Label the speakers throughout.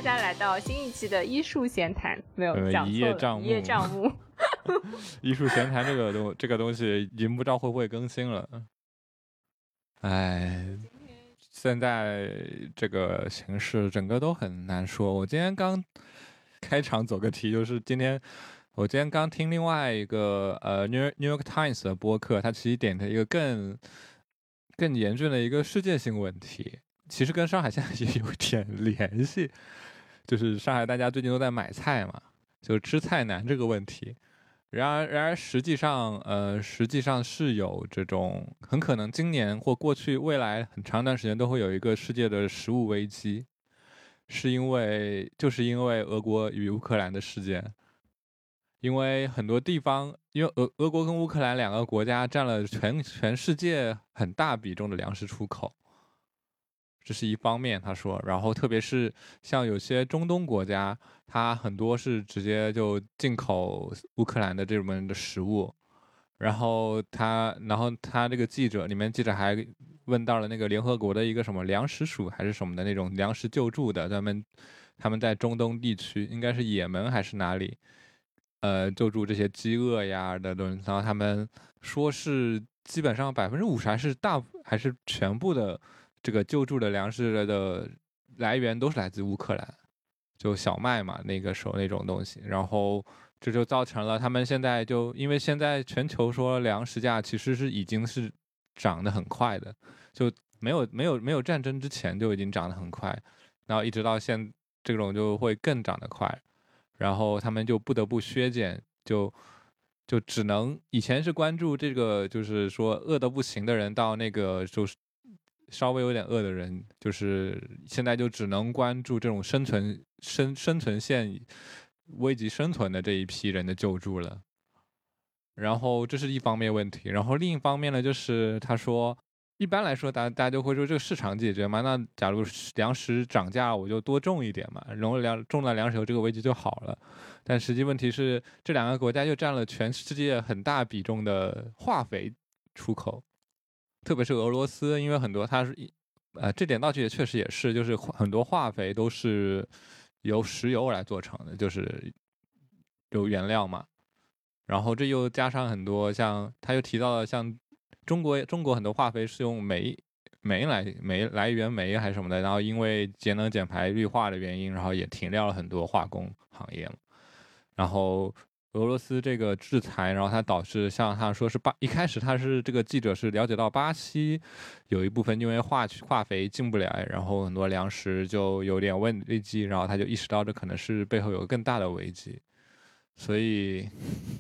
Speaker 1: 家来到新一期的医术闲谈，没有讲错了，一叶障目。
Speaker 2: 医术闲谈这个东西已经不知道会不会更新了。哎，现在这个形势整个都很难说。我今天刚开场走个题，就是我今天刚听另外一个New York Times 的播客，它其实点的一个更严峻的一个世界性问题，其实跟上海现在也有点联系，就是上海大家最近都在买菜嘛，就吃菜难这个问题。然而实际上是有这种很可能今年或过去未来很长一段时间都会有一个世界的食物危机，就是因为俄国与乌克兰的事件。因为很多地方，因为俄国跟乌克兰两个国家占了全世界很大比重的粮食出口，这是一方面他说。然后特别是像有些中东国家，它很多是直接就进口乌克兰的这种的食物。然后他这个记者还问到了那个联合国的一个什么粮食署还是什么的那种粮食救助的，他们在中东地区，应该是也门还是哪里，救助这些饥饿呀的东西。然后他们说是基本上50%还是全部的这个救助的粮食的来源都是来自乌克兰，就小麦嘛，那个时候那种东西。然后这就造成了他们现在因为现在全球说粮食价其实已经是涨得很快的，就没有战争之前就已经涨得很快，然后一直到这种就会更涨得快。然后他们就不得不削减，就只能以前是关注这个，就是说饿得不行的人到那个就是稍微有点饿的人，就是现在就只能关注这种生存线危及生存的这一批人的救助了。然后这是一方面问题，然后另一方面呢，就是他说一般来说大家就会说这个市场解决嘛，那假如粮食涨价我就多种一点嘛，然后种了粮食后这个危机就好了。但实际问题是这两个国家又占了全世界很大比重的化肥出口，特别是俄罗斯，因为很多它是这点倒也确实也是，就是很多化肥都是由石油来做成的，就是有原料嘛。然后这又加上很多像他又提到了像中国很多化肥是用煤来源煤还是什么的，然后因为节能减排绿化的原因，然后也停掉了很多化工行业了。然后俄罗斯这个制裁，然后它导致像他说是一开始这个记者是了解到巴西有一部分因为化肥进不了，然后很多粮食就有点危机，然后他就意识到这可能是背后有更大的危机。所以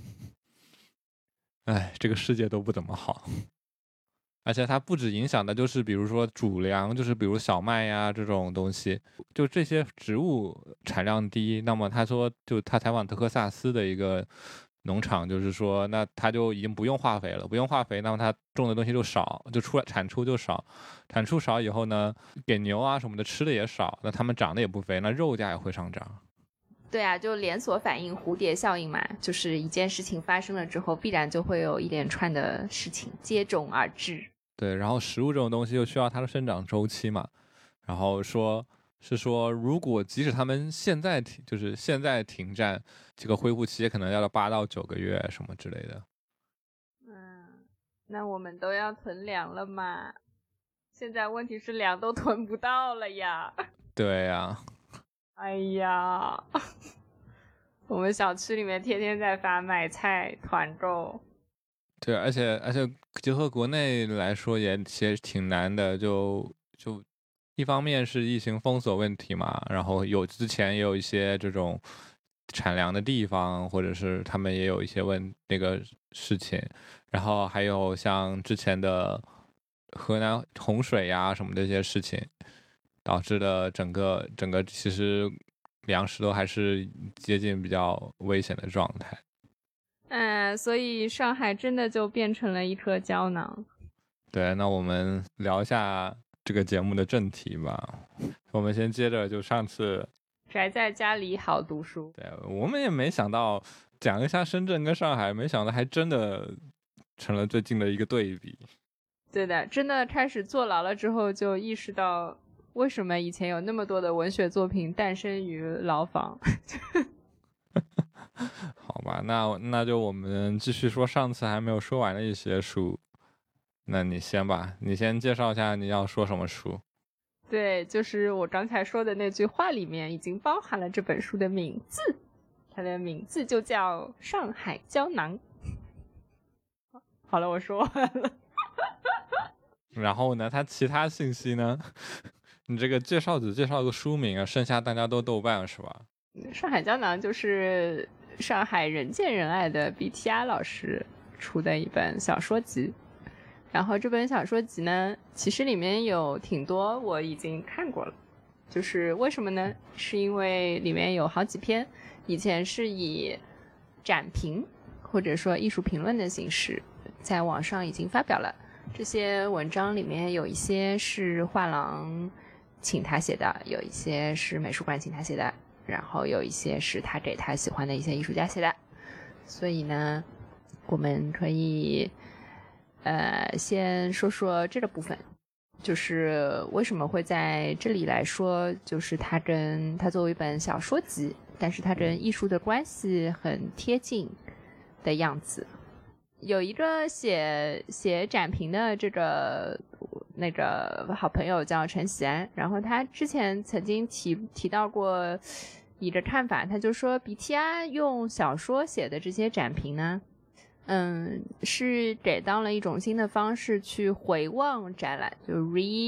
Speaker 2: 这个世界都不怎么好。而且它不止影响的就是比如说主粮，就是比如小麦呀这种东西，就这些植物产量低。那么他说就他采访德克萨斯的一个农场，就是说那他就已经不用化肥了，那么他种的东西就少，就产出就少，产出少以后呢，给牛啊什么的吃的也少，那他们长得也不肥，那肉价也会上涨。
Speaker 1: 对啊，就连锁反应、蝴蝶效应嘛，就是一件事情发生了之后，必然就会有一连串的事情接踵而至。
Speaker 2: 对，然后食物这种东西又需要它的生长周期嘛，然后说如果即使他们现在停战，这个恢复期也可能要到8到9个月什么之类的。
Speaker 1: 那我们都要囤粮了嘛？现在问题是粮都囤不到了呀。
Speaker 2: 对呀。
Speaker 1: 哎呀，我们小区里面天天在发买菜团购。
Speaker 2: 对，而且结合国内来说也挺难的，就一方面是疫情封锁问题嘛，然后之前也有一些这种产粮的地方，或者是他们也有一些那个事情，然后还有像之前的河南洪水呀什么这些事情，导致了整个其实粮食都还是接近比较危险的状态。
Speaker 1: 所以上海真的就变成了一颗胶囊。
Speaker 2: 对，那我们聊一下这个节目的正题吧。我们先接着就上次
Speaker 1: 宅在家里好读书。
Speaker 2: 对，我们也没想到讲一下深圳跟上海，没想到还真的成了最近的一个对比。
Speaker 1: 对的，真的开始坐牢了之后就意识到为什么以前有那么多的文学作品诞生于牢房？
Speaker 2: 好吧，那就我们继续说上次还没有说完的一些书。那你先吧，你先介绍一下你要说什么书。
Speaker 1: 对，就是我刚才说的那句话里面已经包含了这本书的名字，它的名字就叫《上海胶囊》。好了，我说完了。
Speaker 2: 然后呢，它其他信息呢？你这个介绍只介绍个书名啊，剩下大家都豆瓣是吧？
Speaker 1: 上海胶囊就是上海人见人爱的 BTR 老师出的一本小说集。然后这本小说集呢，其实里面有挺多我已经看过了。就是为什么呢？是因为里面有好几篇以前是以展评或者说艺术评论的形式在网上已经发表了。这些文章里面有一些是画廊请他写的，有一些是美术馆请他写的，然后有一些是他给他喜欢的一些艺术家写的。所以呢，我们可以先说说这个部分，就是为什么会在这里来说，就是它作为一本小说集，但是它跟艺术的关系很贴近的样子。有一个写展评的那个好朋友叫陈喜安，然后他之前曾经提到过一个看法，他就说 BTR 用小说写的这些展评呢，是给到了一种新的方式去回望展览，就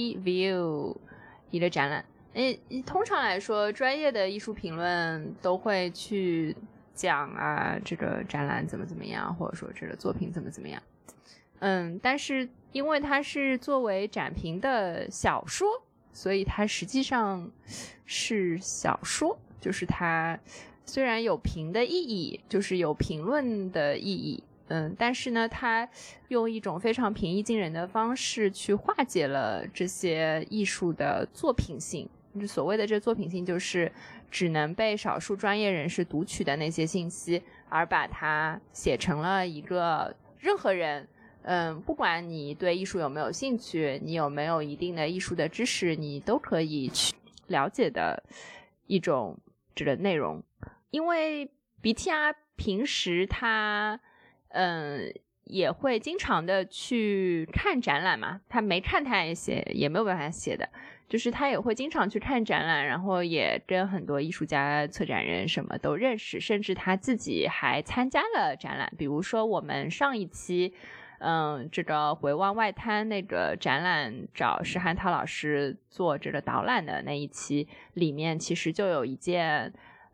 Speaker 1: review 一个展览。通常来说，专业的艺术评论都会去讲啊，这个展览怎么样，或者说这个作品怎么样。但是因为它是作为展评的小说，所以它实际上是小说，就是它虽然有评的意义，就是有评论的意义，但是呢，它用一种非常平易近人的方式去化解了这些艺术的作品性。所谓的这作品性，就是只能被少数专业人士读取的那些信息，而把它写成了一个任何人，不管你对艺术有没有兴趣，你有没有一定的艺术的知识，你都可以去了解的一种这个内容。因为 BTR 平时他也会经常的去看展览嘛，他没看他也写，也没有办法写的，就是他也会经常去看展览，然后也跟很多艺术家、策展人什么都认识，甚至他自己还参加了展览。比如说我们上一期这个回望外滩那个展览找施汉涛老师做这个导览的那一期里面，其实就有一件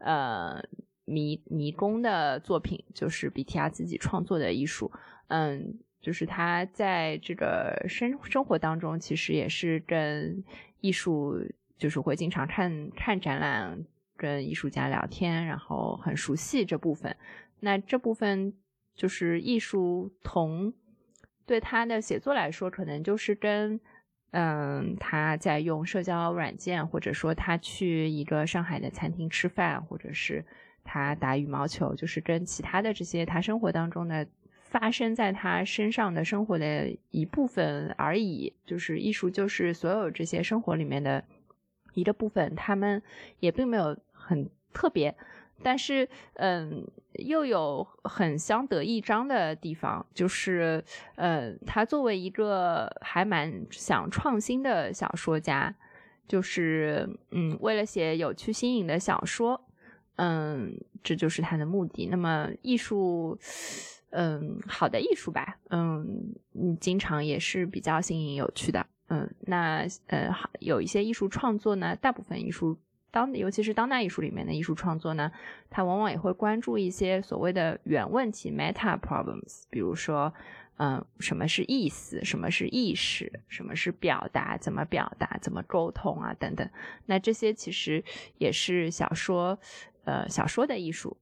Speaker 1: 迷宫的作品，就是 BTR 自己创作的艺术。就是他在这个生活当中其实也是跟艺术，就是会经常看展览，跟艺术家聊天，然后很熟悉这部分。那这部分就是艺术对他的写作来说，可能就是跟他在用社交软件，或者说他去一个上海的餐厅吃饭，或者是他打羽毛球，就是跟其他的这些他生活当中的发生在他身上的生活的一部分而已，就是艺术就是所有这些生活里面的一个部分，他们也并没有很特别，但是又有很相得益彰的地方，就是他作为一个还蛮想创新的小说家，就是为了写有趣新颖的小说，这就是他的目的。那么艺术好的艺术吧，经常也是比较新颖有趣的。那有一些艺术创作呢，大部分艺术尤其是当代艺术里面的艺术创作呢，它往往也会关注一些所谓的原问题 meta problems， 比如说什么是意思，什么是意识，什么是表达，怎么表达，怎么沟通啊等等。那这些其实也是小说的艺术，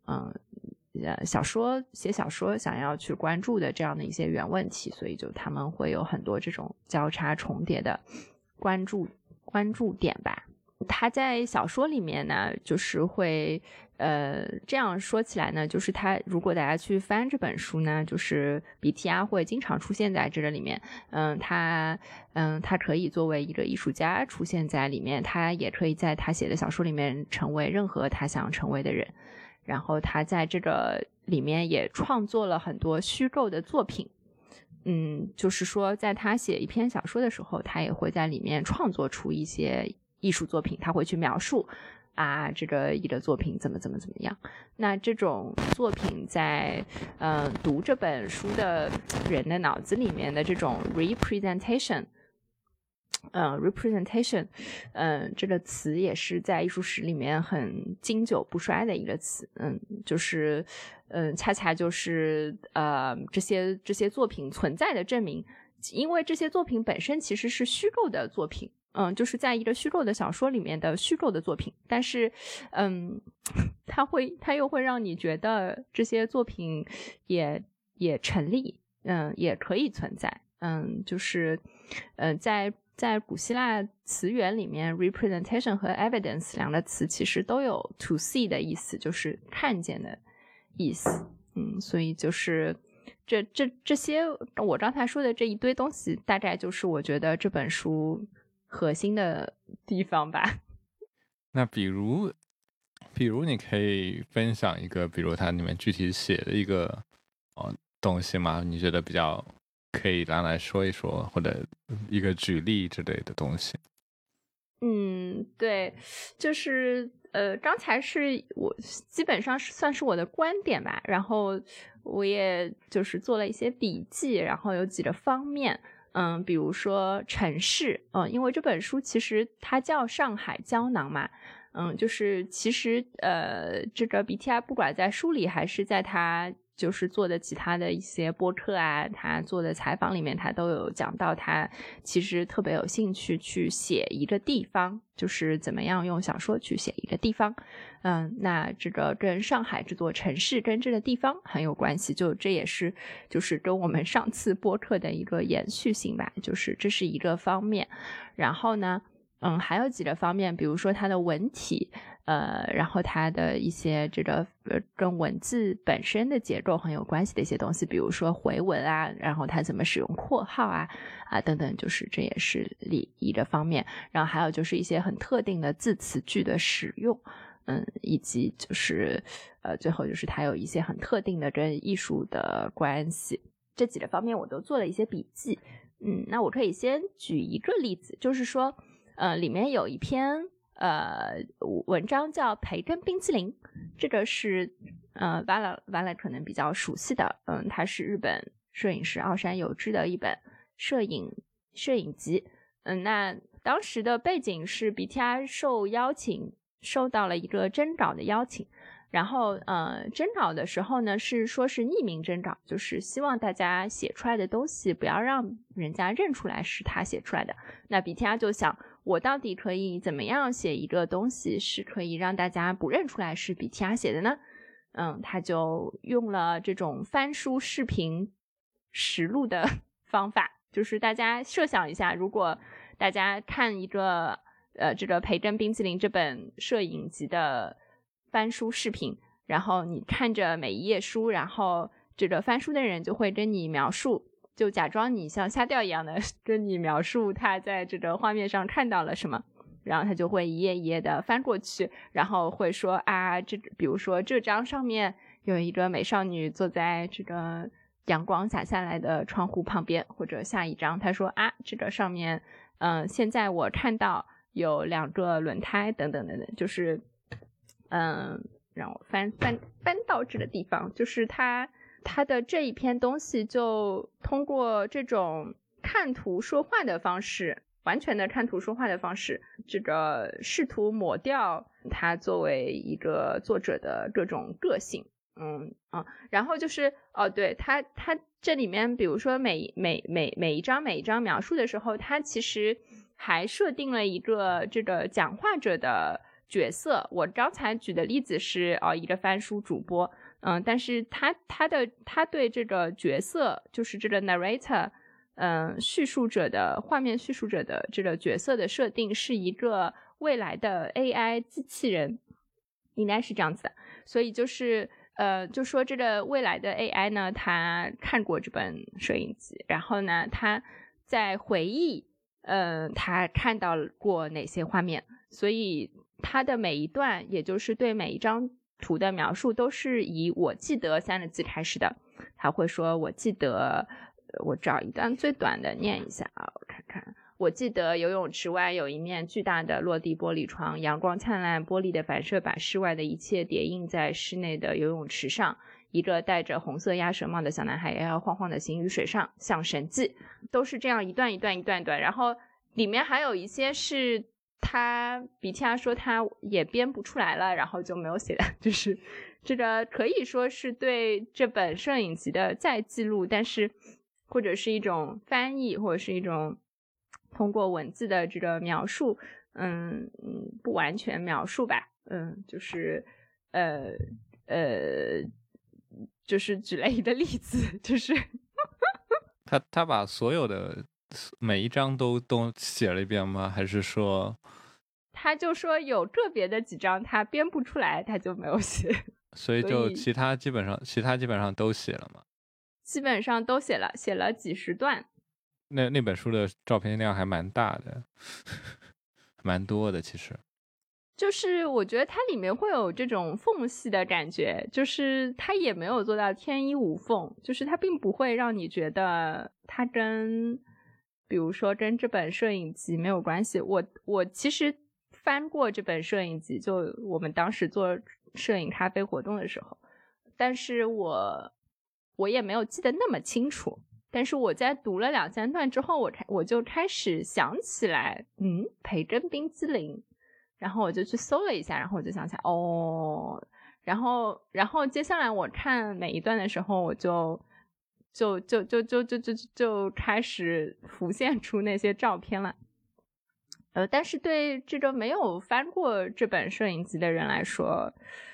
Speaker 1: 写小说想要去关注的这样的一些原问题，所以就他们会有很多这种交叉重叠的关注点吧。 他在小说里面呢，就是会这样说起来呢，就是他如果大家去翻这本书呢，就是 BTR 会经常出现在这个里面。他可以作为一个艺术家出现在里面，他也可以在他写的小说里面成为任何他想成为的人。然后他在这个里面也创作了很多虚构的作品。就是说在他写一篇小说的时候，他也会在里面创作出一些艺术作品，他会去描述这个一个作品怎么样。那这种作品在读这本书的人的脑子里面的这种 representation，这个词也是在艺术史里面很经久不衰的一个词。就是恰恰就是这些作品存在的证明，因为这些作品本身其实是虚构的作品。就是在一个虚构的小说里面的虚构的作品，但是它又会让你觉得这些作品也成立，也可以存在。就是在古希腊词源里面 representation 和 evidence 两个词其实都有 to see 的意思，就是看见的意思。所以就是这些我刚才说的这一堆东西，大概就是我觉得这本书核心的地方吧。
Speaker 2: 那比如你可以分享一个，比如它里面具体写的一个东西吗？你觉得比较可以拿来说一说，或者一个举例之类的东西？
Speaker 1: 对，就是刚才是我基本上算是我的观点吧，然后我也就是做了一些笔记，然后有几个方面。比如说城市，因为这本书其实它叫上海胶囊嘛。就是其实这个 BTR 不管在书里还是在他就是做的其他的一些播客他做的采访里面，他都有讲到他其实特别有兴趣去写一个地方，就是怎么样用小说去写一个地方。那这个跟上海这座城市跟这个地方很有关系，这也是就是跟我们上次播客的一个延续性吧，就是这是一个方面。然后呢还有几个方面，比如说它的文体，然后它的一些这个跟文字本身的结构很有关系的一些东西，比如说回文然后它怎么使用括号等等，就是这也是一个方面。然后还有就是一些很特定的字词句的使用，以及就是最后就是它有一些很特定的跟艺术的关系。这几个方面我都做了一些笔记。那我可以先举一个例子，就是说里面有一篇文章叫培根冰淇淋，这个是Vala 可能比较熟悉的。它是日本摄影师奥山有之的一本摄影集。那当时的背景是 BTR 受到了一个征稿的邀请，然后征稿的时候呢是说是匿名征稿，就是希望大家写出来的东西不要让人家认出来是他写出来的。那 BTR 就想，我到底可以怎么样写一个东西是可以让大家不认出来是 BTR 写的呢？他就用了这种翻书视频实录的方法，就是大家设想一下，如果大家看一个这个培根冰淇淋这本摄影集的翻书视频，然后你看着每一页书，然后这个翻书的人就会跟你描述，就假装你像瞎掉一样的跟你描述他在这个画面上看到了什么，然后他就会一页一页的翻过去，然后会说比如说这张上面有一个美少女坐在这个阳光洒下来的窗户旁边，或者下一张他说这个上面现在我看到有2个轮胎等等等等，就是让我翻到这个地方，就是他的这一篇东西就通过这种看图说话的方式，完全的看图说话的方式，这个试图抹掉他作为一个作者的各种个性。然后就是对，他这里面比如说每一张描述的时候，他其实还设定了一个这个讲话者的角色。我刚才举的例子是一个翻书主播，但是他对这个角色，就是这个 narrator，叙述者的画面叙述者的这个角色的设定是一个未来的 AI 机器人，应该是这样子的。所以就是就说这个未来的 AI 呢，他看过这本摄影集，然后呢他在回忆他看到过哪些画面，所以他的每一段也就是对每一张图的描述都是以我记得3个字开始的。他会说我记得，我找一段最短的念一下啊，我看看。我记得游泳池外有一面巨大的落地玻璃窗，阳光灿烂，玻璃的反射把室外的一切叠印在室内的游泳池上。一个戴着红色鸭舌帽的小男孩摇摇晃晃的行于水上，像神迹。都是这样一段一段一段一段，然后里面还有一些是他比提亚说他也编不出来了，然后就没有写的，就是这个可以说是对这本摄影集的再记录，但是或者是一种翻译，或者是一种通过文字的这个描述，不完全描述吧，就是就是举了一个例子，就是
Speaker 2: 他把所有的每一张都写了一遍吗？还是说
Speaker 1: 他就说有个别的几张他编不出来，他就没有写，
Speaker 2: 所以就其他基本上都写了吗？
Speaker 1: 基本上都写了，写了几十段。
Speaker 2: 那本书的照片量还蛮大的，蛮多的。其实
Speaker 1: 就是我觉得它里面会有这种缝隙的感觉，就是它也没有做到天衣无缝，就是它并不会让你觉得它跟比如说跟这本摄影集没有关系。我其实翻过这本摄影集，就我们当时做摄影咖啡活动的时候，但是我也没有记得那么清楚，但是我在读了2-3段之后，我就开始想起来培根冰激凌，然后我就去搜了一下，然后我就想起来然后接下来我看每一段的时候，我就开始浮现出那些照片了。但是对这个没有翻过这本摄影集的人来说，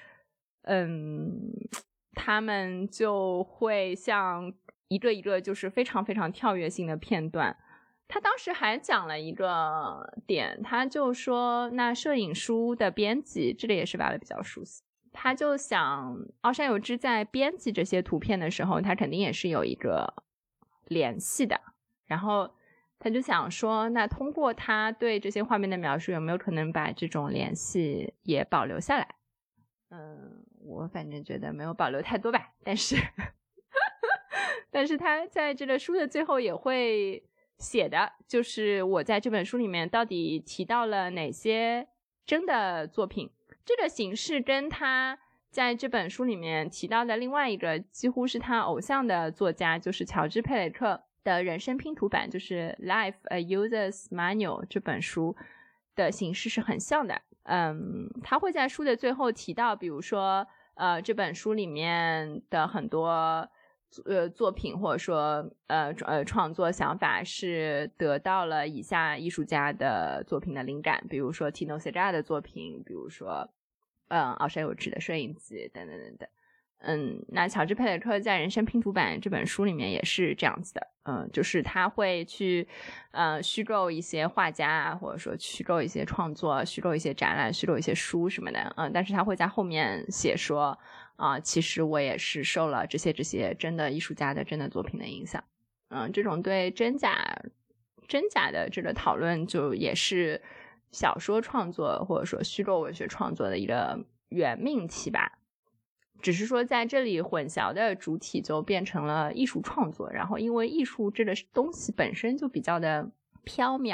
Speaker 1: 他们就会像一个一个就是非常非常跳跃性的片段。他当时还讲了一个点，他就说那摄影书的编辑，这个也是巴勒比较熟悉，他就想奥山有之在编辑这些图片的时候，他肯定也是有一个联系的，然后他就想说那通过他对这些画面的描述，有没有可能把这种联系也保留下来。我反正觉得没有保留太多吧，但是但是他在这个书的最后也会写的，就是我在这本书里面到底提到了哪些真的作品。这个形式跟他在这本书里面提到的另外一个几乎是他偶像的作家，就是乔治佩雷克的人生拼图版，就是 Life a User's Manual 这本书的形式是很像的。他会在书的最后提到，比如说这本书里面的很多作品或者说创作想法是得到了以下艺术家的作品的灵感，比如说 Tino Sega 的作品，比如说奥山有之的摄影集等等等等。那乔治佩雷克在人生拼图版这本书里面也是这样子的，就是他会去虚构一些画家，或者说虚构一些创作，虚构一些展览，虚构一些书什么的，但是他会在后面写说其实我也是受了这些真的艺术家的真的作品的影响。这种对真假的这个讨论，就也是小说创作或者说虚构文学创作的一个原命题吧。只是说在这里混淆的主体就变成了艺术创作，然后因为艺术这个东西本身就比较的缥缈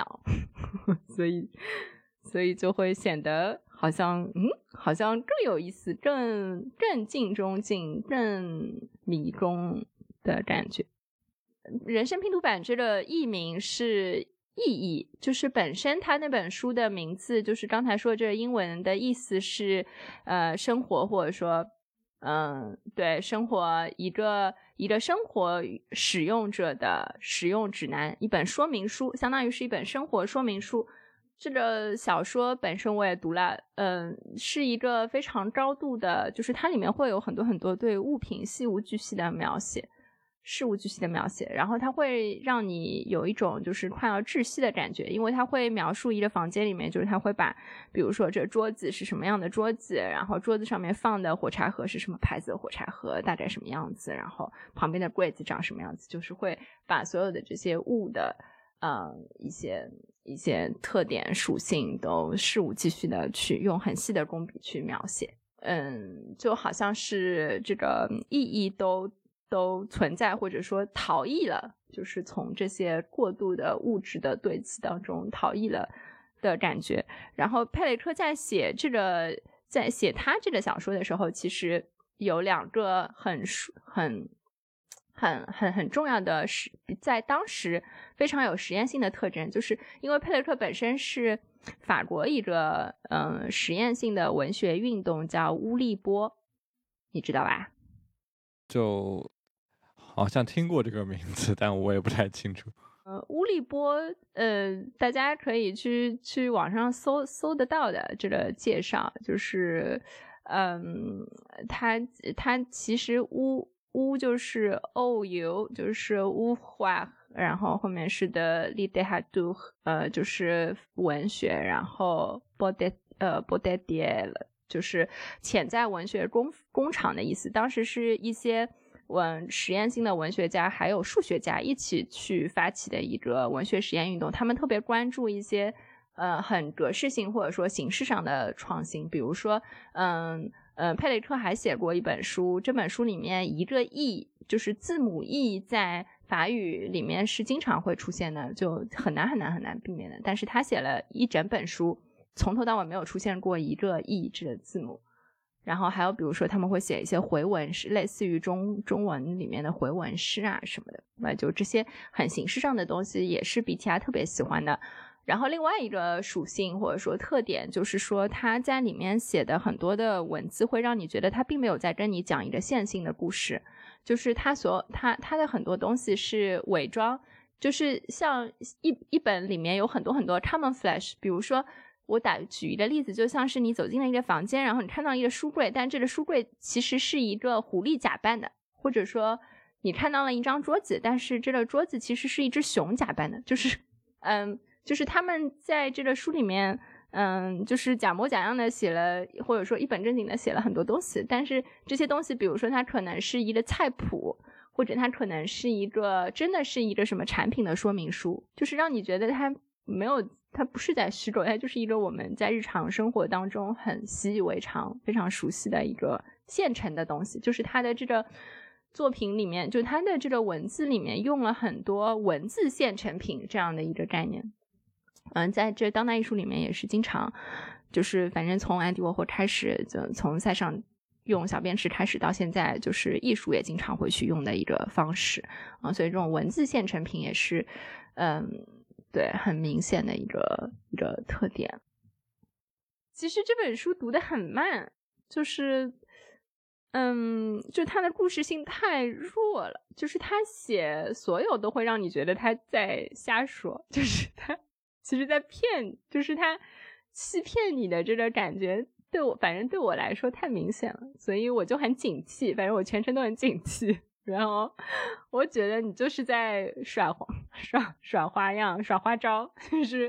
Speaker 1: 所以就会显得好像更有意思，更近中近，更迷宫的感觉。人生拼图版这个译名是意义，就是本身它那本书的名字就是刚才说这个英文的意思是生活，或者说对，生活一个生活使用者的使用指南，一本说明书，相当于是一本生活说明书。这个小说本身我也读了，是一个非常高度的，就是它里面会有很多很多对物品细无巨细的描写， 事无巨细的描写，然后它会让你有一种就是快要窒息的感觉，因为它会描述一个房间里面，就是它会把比如说这桌子是什么样的桌子，然后桌子上面放的火柴盒是什么牌子的火柴盒，大概什么样子，然后旁边的柜子长什么样子，就是会把所有的这些物的一些特点属性都事无巨细的去用很细的工笔去描写。就好像是这个意义都存在，或者说逃逸了，就是从这些过度的物质的堆积当中逃逸了的感觉。然后佩雷克在写他这个小说的时候，其实有两个很重要的在当时非常有实验性的特征，就是因为佩雷克本身是法国一个实验性的文学运动叫乌利波，你知道吧？
Speaker 2: 就好像听过这个名字，但我也不太清楚。
Speaker 1: 乌利波大家可以去网上搜得到的这个介绍，就是他其实乌就是OU，就是乌化，然后后面是的 littérature， 就是文学，然后Baudelaire，就是潜在文学工厂的意思。当时是一些实验性的文学家还有数学家一起去发起的一个文学实验运动，他们特别关注一些很格式性或者说形式上的创新，比如说佩雷克还写过一本书，这本书里面一个 E 就是字母 E 在法语里面是经常会出现的，就很难避免的，但是他写了一整本书，从头到尾没有出现过一个 E 这个字母。然后还有比如说他们会写一些回文诗，类似于中文里面的回文诗啊什么的，那就这些很形式上的东西也是 BTR 特别喜欢的。然后另外一个属性或者说特点就是说他在里面写的很多的文字会让你觉得他并没有在跟你讲一个线性的故事，就是他的很多东西是伪装，就是像一本里面有很多 common flash， 比如说我举一个例子，就像是你走进了一个房间，然后你看到一个书柜，但这个书柜其实是一个狐狸假扮的，或者说你看到了一张桌子，但是这个桌子其实是一只熊假扮的，就是他们在这个书里面就是假模假样的写了，或者说一本正经的写了很多东西，但是这些东西比如说它可能是一个菜谱，或者它可能是真的是一个什么产品的说明书，就是让你觉得它不是在虚构，它就是一个我们在日常生活当中很习以为常非常熟悉的一个现成的东西，就是它的这个作品里面，就它的这个文字里面用了很多文字现成品这样的一个概念。在这当代艺术里面也是经常，就是反正从安迪沃霍开始，就从塞尚用小便池开始到现在，就是艺术也经常会去用的一个方式所以这种文字现成品也是对，很明显的一个特点。其实这本书读得很慢，就是就它的故事性太弱了，就是他写所有都会让你觉得他在瞎说，就是他其实在骗，就是他欺骗你的这个感觉，反正对我来说太明显了，所以我就很警惕，反正我全程都很警惕。然后我觉得你就是在耍花样，耍花招，就是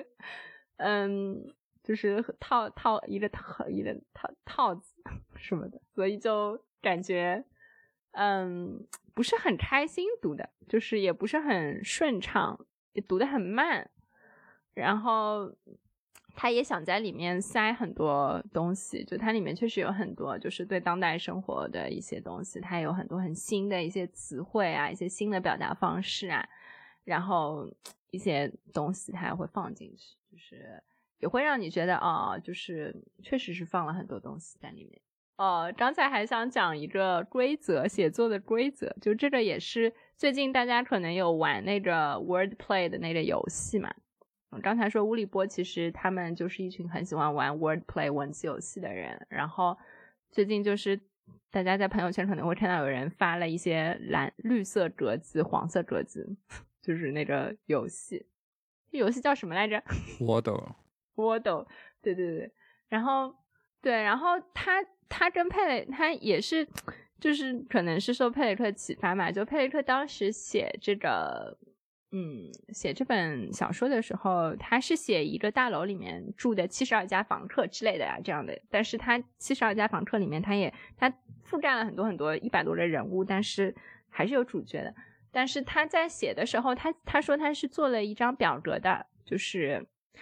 Speaker 1: 就是套一个套子什么的，所以就感觉不是很开心读的，就是也不是很顺畅，也读得很慢。然后他也想在里面塞很多东西，就它里面确实有很多就是对当代生活的一些东西，它有很多很新的一些词汇啊，一些新的表达方式啊，然后一些东西它也会放进去，就是也会让你觉得就是确实是放了很多东西在里面。刚才还想讲一个规则，写作的规则，就这个也是最近大家可能有玩那个 wordplay 的那个游戏嘛。刚才说乌利波其实他们就是一群很喜欢玩 wordplay 文字游戏的人，然后最近就是大家在朋友圈可能会看到有人发了一些绿色格子黄色格子，就是那个游戏，这游戏叫什么来着？Wordle，对，然后他跟佩雷他也是就是可能是受佩雷克启发嘛，就佩雷克当时写这本小说的时候，他是写一个大楼里面住的72家房客之类的呀，这样的。但是他72家房客里面，他覆盖了很多很多100多个人物，但是还是有主角的。但是他在写的时候，他说他是做了一张表格的，就是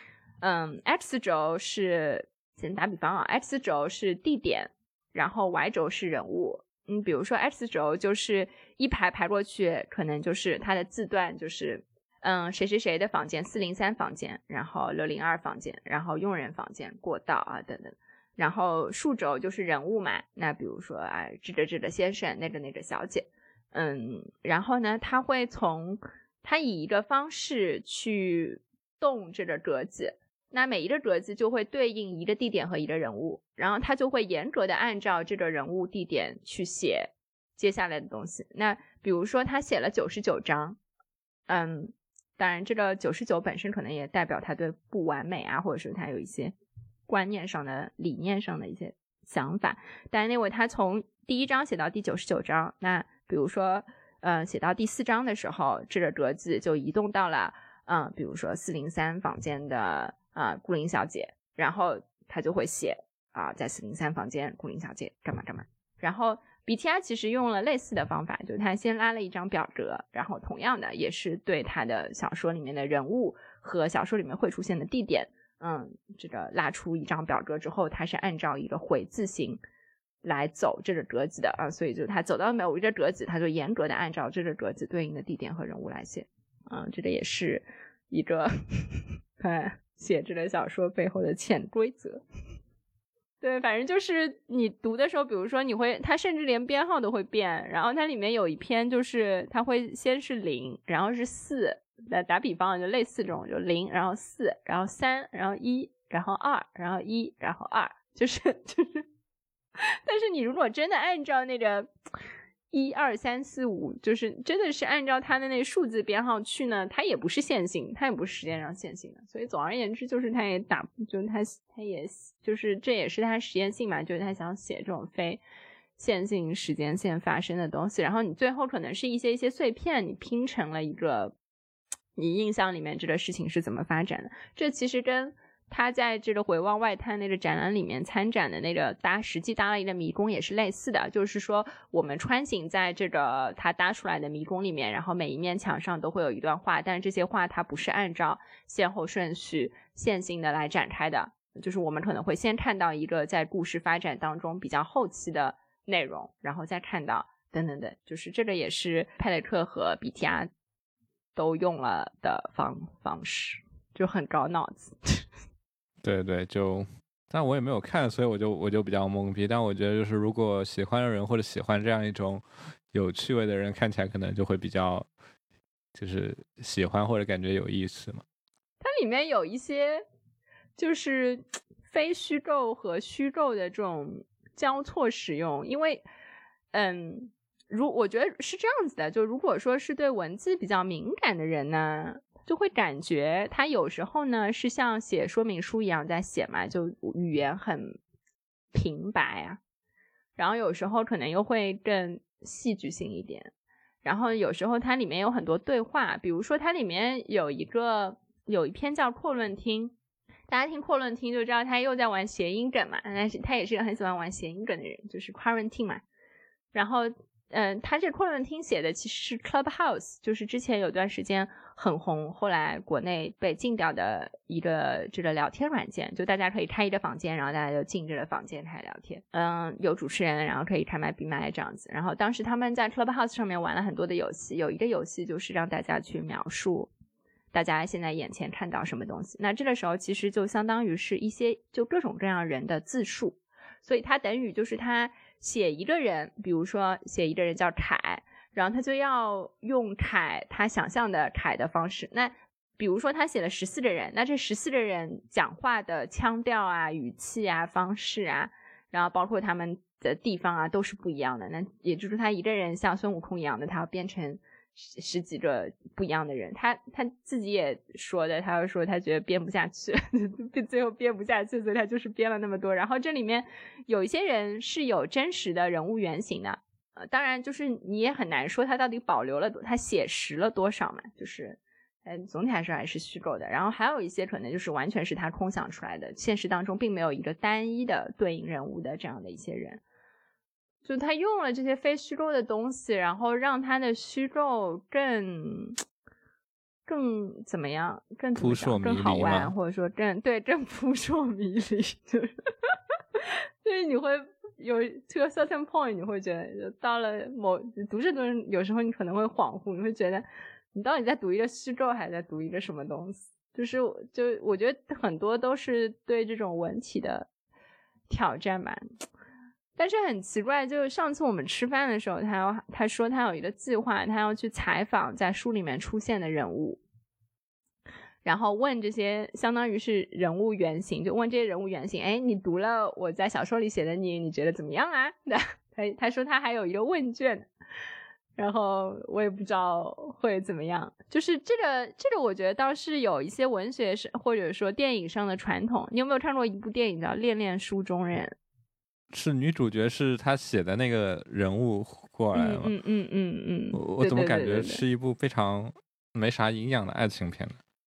Speaker 1: X 轴是，先打比方啊 ，X 轴是地点，然后 Y 轴是人物。比如说 X 轴就是一排排过去，可能就是它的字段就是谁谁谁的房间403房间，然后602房间，然后佣人房间，过道啊等等。然后竖轴就是人物嘛，那比如说这个先生，那个小姐。然后呢他以一个方式去动这个格子，那每一个格子就会对应一个地点和一个人物，然后他就会严格的按照这个人物地点去写接下来的东西。那比如说他写了99章，当然这个99本身可能也代表他对不完美啊，或者说他有一些观念上的理念上的一些想法。但是那位他从第1章写到第99章，那比如说写到第4章的时候，这个格子就移动到了比如说403房间的顾林小姐，然后他就会写在403房间顾林小姐干嘛干嘛。然后 BTR 其实用了类似的方法，就是他先拉了一张表格，然后同样的也是对他的小说里面的人物和小说里面会出现的地点这个拉出一张表格之后，他是按照一个回字形来走这个格子的所以就他走到某一个格子，他就严格的按照这个格子对应的地点和人物来写这个也是一个写这个小说背后的潜规则。对，反正就是你读的时候，比如说它甚至连编号都会变，然后它里面有一篇就是它会先是0，然后是4，打比方就类似这种，就0，然后4，然后3，然后1，然后2，然后1，然后2，就是但是你如果真的按照那个1、2、3、4、5，就是真的是按照它的那数字编号去呢，它也不是线性，它也不是时间上线性的。所以总而言之，就是它也就是它也就是这也是它实验性嘛，就是它想写这种非线性时间线发生的东西，然后你最后可能是一些碎片，你拼成了一个你印象里面这个事情是怎么发展的。这其实跟他在这个回望外滩那个展览里面参展的那个实际搭了一个迷宫也是类似的，就是说我们穿行在这个他搭出来的迷宫里面，然后每一面墙上都会有一段话，但是这些话它不是按照先后顺序线性的来展开的，就是我们可能会先看到一个在故事发展当中比较后期的内容，然后再看到等等等，就是这个也是佩雷克和比提亚都用了的方式，就很高脑子。
Speaker 2: 对对，但我也没有看，所以我就比较懵逼。但我觉得就是如果喜欢的人或者喜欢这样一种有趣味的人，看起来可能就会比较就是喜欢或者感觉有意思嘛。
Speaker 1: 它里面有一些就是非虚构和虚构的这种交错使用，因为我觉得是这样子的，就如果说是对文字比较敏感的人呢，就会感觉他有时候呢是像写说明书一样在写嘛，就语言很平白然后有时候可能又会更戏剧性一点，然后有时候它里面有很多对话，比如说它里面有一篇叫阔论厅，大家听阔论厅就知道他又在玩谐音梗嘛，但是他也是一个很喜欢玩谐音梗的人，就是 quarantine 嘛。然后他这阔论厅写的其实是 Clubhouse， 就是之前有段时间很红，后来国内被禁掉的一个这个聊天软件，就大家可以开一个房间，然后大家就进这个房间开聊天，有主持人，然后可以开麦闭麦这样子。然后当时他们在 Clubhouse 上面玩了很多的游戏，有一个游戏就是让大家去描述大家现在眼前看到什么东西，那这个时候其实就相当于是一些就各种各样人的自述，所以他等于就是他写一个人，比如说写一个人叫凯，然后他就要用凯他想象的凯的方式，那比如说他写了14个人，那这14个人讲话的腔调啊、语气啊、方式啊，然后包括他们的地方啊都是不一样的，那也就是他一个人像孙悟空一样的，他要变成十几个不一样的人，他自己也说的，他说他觉得编不下去最后编不下去，所以他就是编了那么多。然后这里面有一些人是有真实的人物原型的当然就是你也很难说它到底保留了它写实了多少嘛，就是总体来说还是虚构的。然后还有一些可能就是完全是他空想出来的，现实当中并没有一个单一的对应人物的这样的一些人，就他用了这些非虚构的东西，然后让他的虚构更怎么样，更
Speaker 2: 扑朔迷离，
Speaker 1: 更好玩，或者说更扑朔迷离，就是你会有 to a certain point， 你会觉得到了读这东西，有时候你可能会恍惚，你会觉得你到底在读一个虚构还是在读一个什么东西，就我觉得很多都是对这种文体的挑战吧。但是很奇怪，就是上次我们吃饭的时候，他说他有一个计划，他要去采访在书里面出现的人物，然后问这些相当于是人物原型，就问这些人物原型，哎，你读了我在小说里写的你觉得怎么样啊？他说他还有一个问卷，然后我也不知道会怎么样。就是这个我觉得倒是有一些文学或者说电影上的传统。你有没有看过一部电影叫《恋恋书中人》？
Speaker 2: 是女主角是她写的那个人物过来吗？我怎么感觉是一部非常没啥营养的爱情片呢？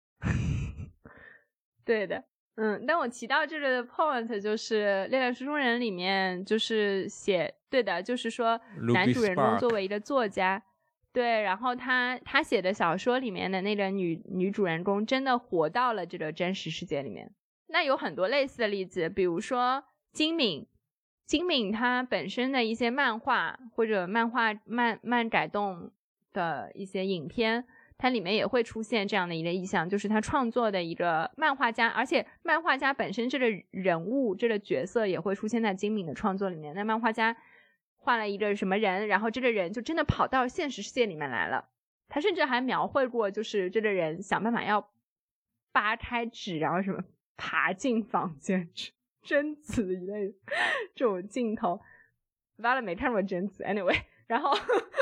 Speaker 1: 对的，但我提到这个的 point 就是《恋恋书中人》里面就是对的，就是说男主人公作为一个作家，对，然后他写的小说里面的那个女主人公真的活到了这个真实世界里面。那有很多类似的例子，比如说金敏他本身的一些漫画或者漫改动的一些影片，它里面也会出现这样的一个意象，就是他创作的一个漫画家，而且漫画家本身这个人物这个角色也会出现在金敏的创作里面。那漫画家画了一个什么人，然后这个人就真的跑到现实世界里面来了，他甚至还描绘过就是这个人想办法要扒开纸，然后什么爬进房间贞子一类的这种镜头。完了没看过贞子 anyway， 然后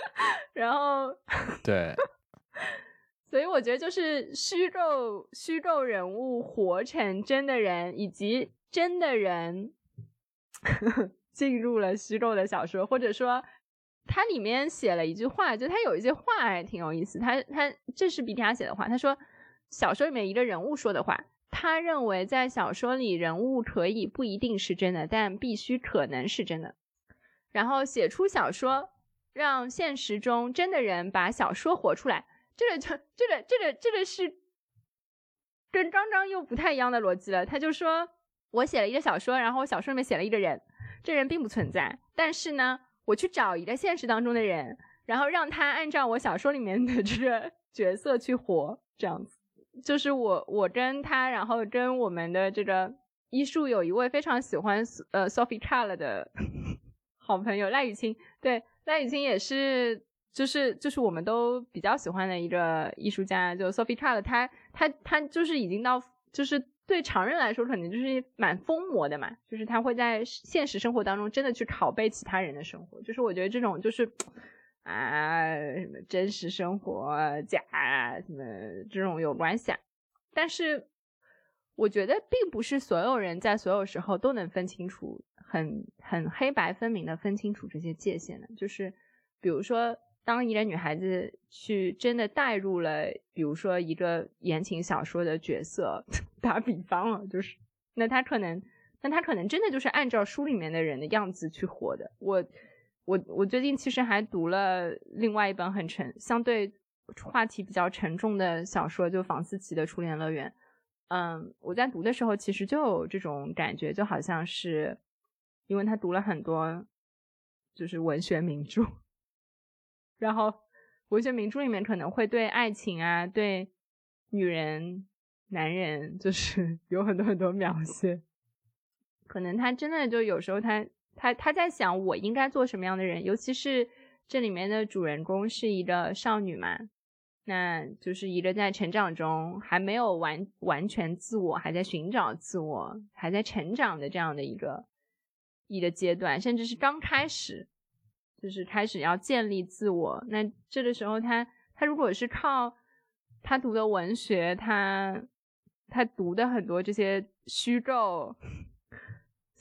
Speaker 2: 对
Speaker 1: 所以我觉得就是虚构人物活成真的人，以及真的人进入了虚构的小说，或者说他里面写了一句话，就他有一些话还挺有意思，他这是 BTR 写的话，他说小说里面一个人物说的话，他认为在小说里人物可以不一定是真的，但必须可能是真的。然后写出小说，让现实中真的人把小说活出来，这个是跟刚刚又不太一样的逻辑了。他就说我写了一个小说，然后小说里面写了一个人，这人并不存在，但是呢我去找一个现实当中的人，然后让他按照我小说里面的这个角色去活，这样子。就是我跟他，然后跟我们的这个医术有一位非常喜欢Sophie Calle 的好朋友赖雨清，对，赖雨清也是就是我们都比较喜欢的一个艺术家，就 Sophie Calle， 他就是已经到就是对常人来说可能就是蛮疯魔的嘛，就是他会在现实生活当中真的去拷贝其他人的生活，就是我觉得这种就是什么真实生活假什么这种有关系啊。但是我觉得并不是所有人在所有时候都能分清楚很黑白分明的分清楚这些界限的。就是比如说当一个女孩子去真的带入了比如说一个言情小说的角色，打比方啊，就是那她可能真的就是按照书里面的人的样子去活的。我最近其实还读了另外一本相对话题比较沉重的小说，就房思琪的《初恋乐园》。我在读的时候其实就有这种感觉，就好像是因为他读了很多就是文学名著，然后文学名著里面可能会对爱情啊对女人男人就是有很多很多描写，可能他真的就有时候他在想我应该做什么样的人，尤其是这里面的主人公是一个少女嘛，那就是一个在成长中还没有完全自我，还在寻找自我，还在成长的这样的一个阶段，甚至是刚开始就是开始要建立自我。那这个时候他如果是靠他读的文学，他读的很多这些虚构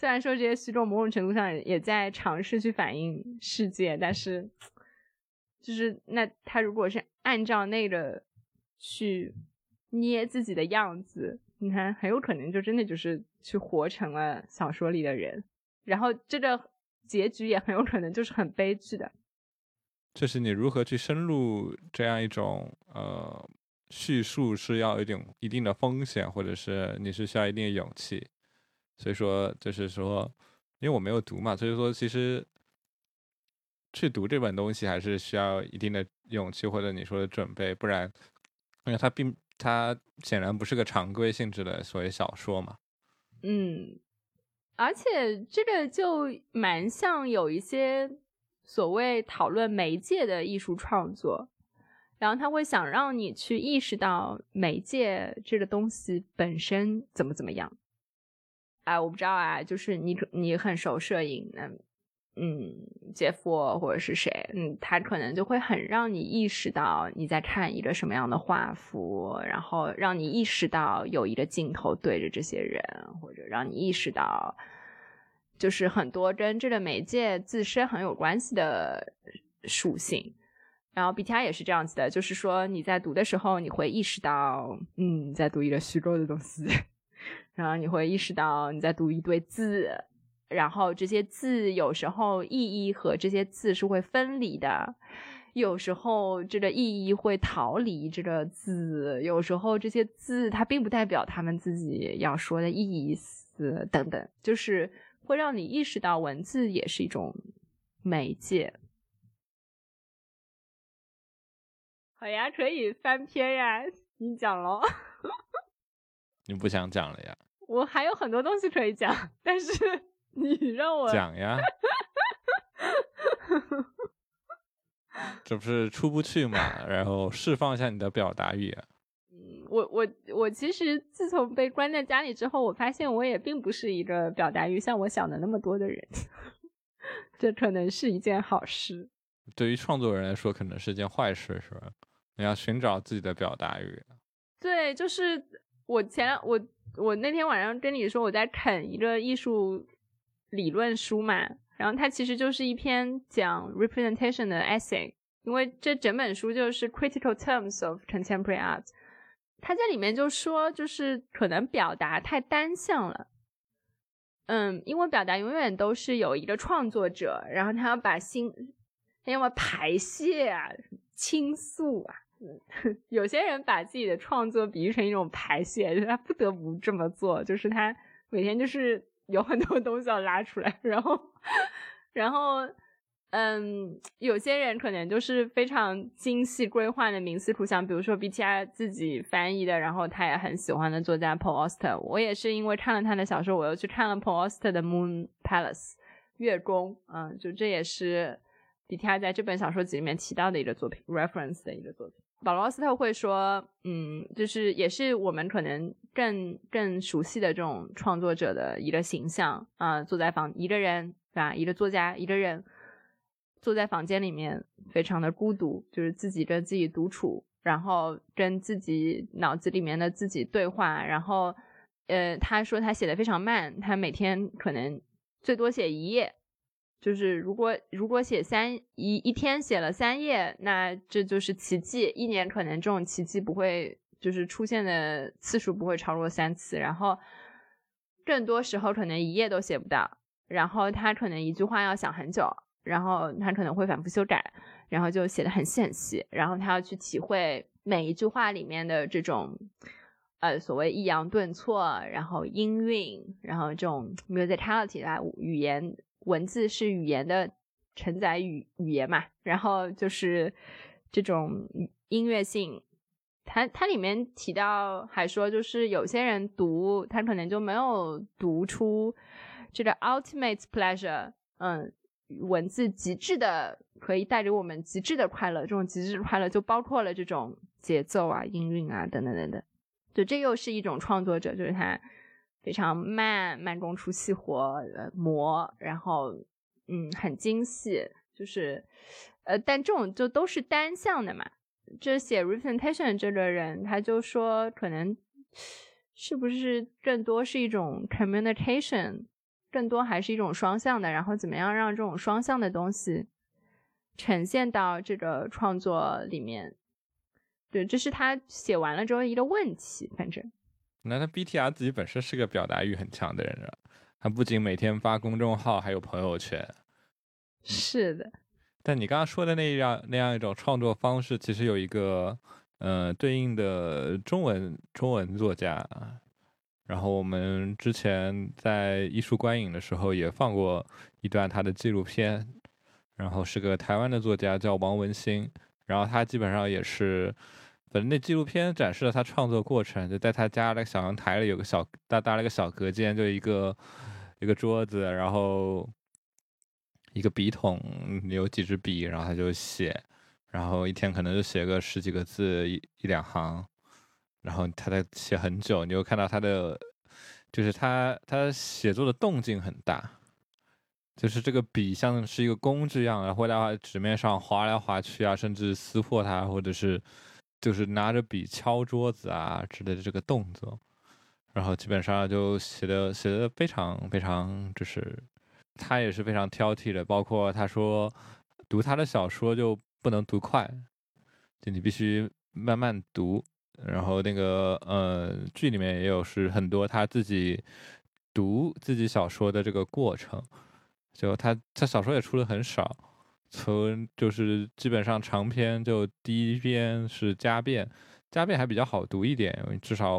Speaker 1: 虽然说这些虚构某种程度上也在尝试去反映世界，但是就是那他如果是按照那个去捏自己的样子，你看很有可能就真的就是去活成了小说里的人，然后这个结局也很有可能就是很悲剧的。
Speaker 2: 就是你如何去深入这样一种叙述是要有一定的风险，或者是你是需要一定的勇气。所以说就是说，因为我没有读嘛，所以说其实去读这本东西还是需要一定的勇气或者你说的准备，不然因为它显然不是个常规性质的所谓小说嘛。
Speaker 1: 而且这个就蛮像有一些所谓讨论媒介的艺术创作，然后他会想让你去意识到媒介这个东西本身怎么样。我不知道啊，就是你很熟摄影，杰夫或者是谁，他可能就会很让你意识到你在看一个什么样的画幅，然后让你意识到有一个镜头对着这些人，或者让你意识到就是很多跟这个媒介自身很有关系的属性。然后 BTR 也是这样子的，就是说你在读的时候你会意识到你在读一个虚构的东西，然后你会意识到你在读一堆字，然后这些字有时候意义和这些字是会分离的，有时候这个意义会逃离这个字，有时候这些字它并不代表他们自己要说的意思等等，就是会让你意识到文字也是一种媒介。好呀，可以翻篇呀，你讲咯。
Speaker 2: 你不想讲了呀？
Speaker 1: 我还有很多东西可以讲，但是你让我
Speaker 2: 讲呀。这不是出不去嘛，然后释放一下你的表达欲啊。
Speaker 1: 我其实自从被关在家里之后，我发现我也并不是一个表达欲像我想的那么多的人。这可能是一件好事。
Speaker 2: 对于创作人来说可能是件坏事，是吧？你要寻找自己的表达欲。
Speaker 1: 对，就是我那天晚上跟你说我在啃一个艺术理论书嘛，然后它其实就是一篇讲 representation 的 essay， 因为这整本书就是 critical terms of contemporary art。 它在里面就说就是可能表达太单向了，因为表达永远都是有一个创作者，然后他要把他要么排泄啊，倾诉啊，有些人把自己的创作比喻成一种排泄，就是他不得不这么做，就是他每天就是有很多东西要拉出来，然后有些人可能就是非常精细规划的冥思苦想，比如说 BTR 自己翻译的，然后他也很喜欢的作家 Paul Auster， 我也是因为看了他的小说，我又去看了 Paul Auster 的 Moon Palace 月宫，就这也是BTR 在这本小说集里面提到的一个作品 reference 的一个作品。保罗·奥斯特会说就是也是我们可能更熟悉的这种创作者的一个形象坐在一个人对吧，一个作家一个人坐在房间里面非常的孤独，就是自己跟自己独处，然后跟自己脑子里面的自己对话，然后他说他写的非常慢，他每天可能最多写1页，就是如果写一天写了3页，那这就是奇迹，一年可能这种奇迹不会就是出现的次数不会超过3次，然后更多时候可能1页都写不到，然后他可能一句话要想很久，然后他可能会反复修改，然后就写得很细，然后他要去体会每一句话里面的这种所谓抑扬顿挫，然后音韵，然后这种 musicality 啦，语言文字是语言的承载语言嘛，然后就是这种音乐性，它里面提到还说就是有些人读他可能就没有读出这个 ultimate pleasure， 文字极致的可以带给我们极致的快乐，这种极致的快乐就包括了这种节奏啊音韵啊等等等等，就这又是一种创作者，就是他非常慢工出细活磨，然后很精细，就是但这种就都是单向的嘛。这写 representation 这个人他就说可能是不是更多是一种 communication， 更多还是一种双向的，然后怎么样让这种双向的东西呈现到这个创作里面。对，这是他写完了之后一个问题。反正
Speaker 2: 那他 BTR 自己本身是个表达欲很强的人啊，他不仅每天发公众号，还有朋友圈。
Speaker 1: 是的。
Speaker 2: 但你刚刚说的那样一种创作方式，其实有一个对应的中文作家。然后我们之前在艺术观影的时候也放过一段他的纪录片，然后是个台湾的作家叫王文兴，然后他基本上也是，反正那纪录片展示了他创作过程，就在他家的小阳台里有个搭了个小隔间，就一个桌子，然后一个笔筒，有几支笔，然后他就写，然后一天可能就写个10几个字，一两行，然后他在写很久，你就看到他的，就是他写作的动静很大，就是这个笔像是一个工具一样，然后在纸面上划来划去啊，甚至撕破它，或者是就是拿着笔敲桌子啊之类的这个动作，然后基本上就写的非常非常，就是他也是非常挑剔的，包括他说读他的小说就不能读快，就你必须慢慢读。然后那个剧里面也有是很多他自己读自己小说的这个过程，就他小说也出的很少，从就是基本上长篇就第一篇是家变还比较好读一点，至少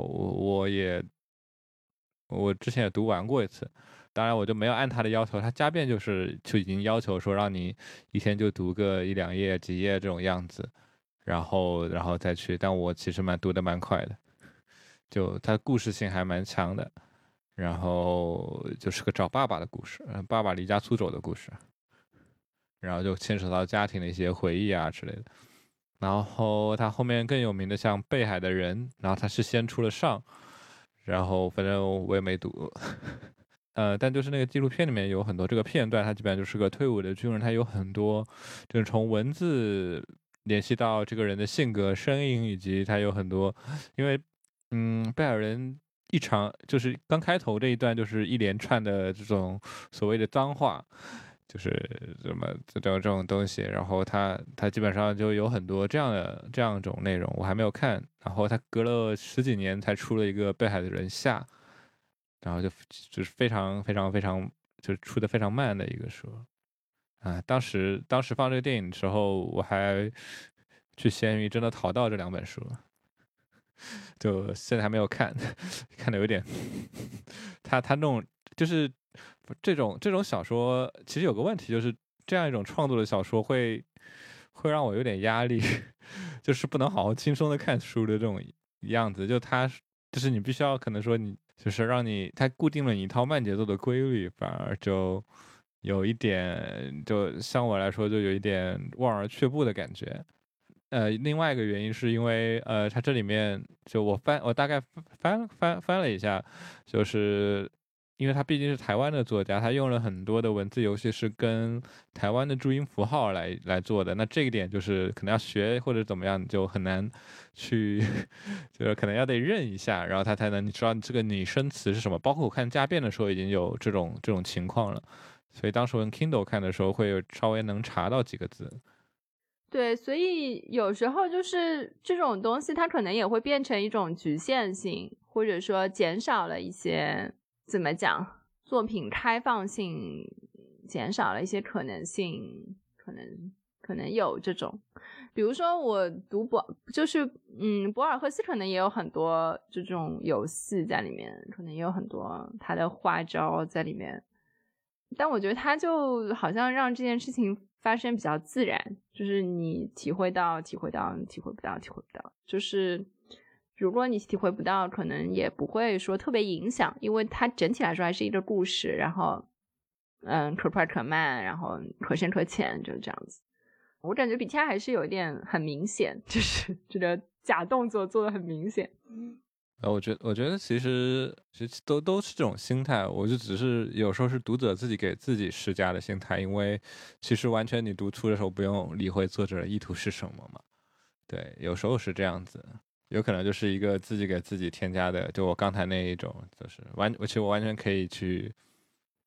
Speaker 2: 我之前也读完过一次，当然我就没有按他的要求，他家变就已经要求说让你一天就读个1、2页几页这种样子，然后再去，但我其实读得蛮快的，就它故事性还蛮强的，然后就是个找爸爸的故事，爸爸离家出走的故事，然后就牵扯到家庭的一些回忆啊之类的。然后他后面更有名的像《北海的人》，然后他是先出了上，然后反正我也没读，但就是那个纪录片里面有很多这个片段，他基本上就是个退伍的军人，他有很多就是从文字联系到这个人的性格、声音，以及他有很多，因为贝尔人一场就是刚开头这一段就是一连串的这种所谓的脏话，就是这种东西，然后他基本上就有很多这样一种内容，我还没有看，然后他隔了10几年才出了一个《北海的人》下，然后就是非常非常非常就是出的非常慢的一个书啊。当时放这个电影的时候，我还去闲鱼真的淘到这2本书，就现在还没有看，看的有点他那种就是这种小说，其实有个问题，就是这样一种创作的小说会让我有点压力，就是不能好好轻松的看书的这种样子，就是你必须要可能说你就是让它固定了你一套慢节奏的规律，反而就有一点，就像我来说就有一点望而却步的感觉。另外一个原因是因为它这里面就我大概翻了一下，就是因为他毕竟是台湾的作家，他用了很多的文字游戏是跟台湾的注音符号来做的，那这一点就是可能要学或者怎么样就很难去就是可能要得认一下，然后他才能知道这个拟声词是什么。包括我看家变的时候已经有这种情况了，所以当时我用 Kindle 看的时候会有稍微能查到几个字。
Speaker 1: 对，所以有时候就是这种东西它可能也会变成一种局限性，或者说减少了一些怎么讲作品开放性，减少了一些可能性，可能有这种。比如说我读就是博尔赫斯可能也有很多这种游戏在里面，可能也有很多他的花招在里面，但我觉得他就好像让这件事情发生比较自然，就是你体会到，体会不到，就是如果你体会不到，可能也不会说特别影响，因为它整体来说还是一个故事，然后可快可慢，然后可深可浅，就是这样子。我感觉比 BTR 还是有一点很明显，就是这个假动作做的很明显。
Speaker 2: 我觉得其实都是这种心态，我就只是有时候是读者自己给自己施加的心态，因为其实完全你读出的时候不用理会作者的意图是什么嘛。对，有时候是这样子，有可能就是一个自己给自己添加的，就我刚才那一种，就是其实我完全可以去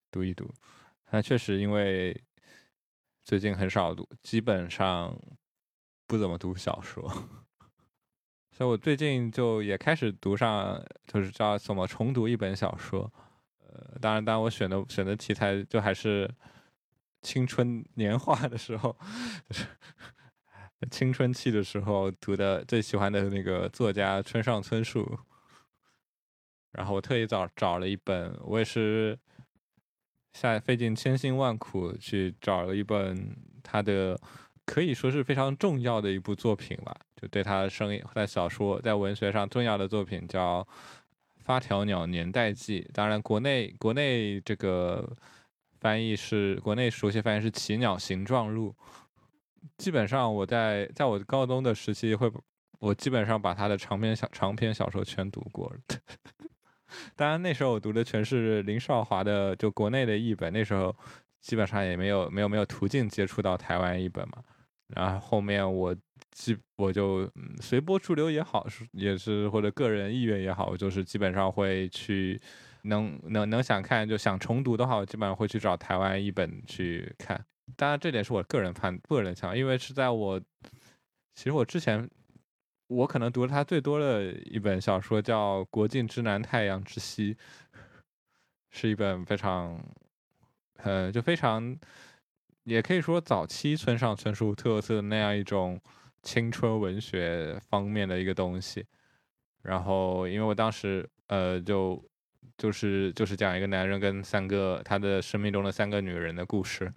Speaker 2: 读一读。但确实因为最近很少读，基本上不怎么读小说，所以我最近就也开始读上，就是叫怎么重读一本小说。当然我选的题材就还是青春年华的时候，就是青春期的时候读的最喜欢的那个作家村上春树。然后我特意找了一本，我也是费尽千辛万苦去找了一本他的可以说是非常重要的一部作品吧，就对他在小说在文学上重要的作品叫《发条鸟年代记》。当然国内这个翻译是国内熟悉翻译是《奇鸟形状录》。基本上我在我高中的时期我基本上把他的长篇小说全读过了。当然那时候我读的全是林少华的就国内的译本，那时候基本上也没有途径接触到台湾译本嘛。然后后面我就随波逐流也好，也是或者个人意愿也好，我就是基本上会去能想看就想重读的话，我基本上会去找台湾译本去看。当然这点是我个人想，因为是在其实我之前我可能读了他最多的一本小说叫《国境之南，太阳之西》，是一本非常就非常也可以说早期村上春树特色的那样一种青春文学方面的一个东西。然后因为我当时就是讲一个男人跟他的生命中的3个女人的故事。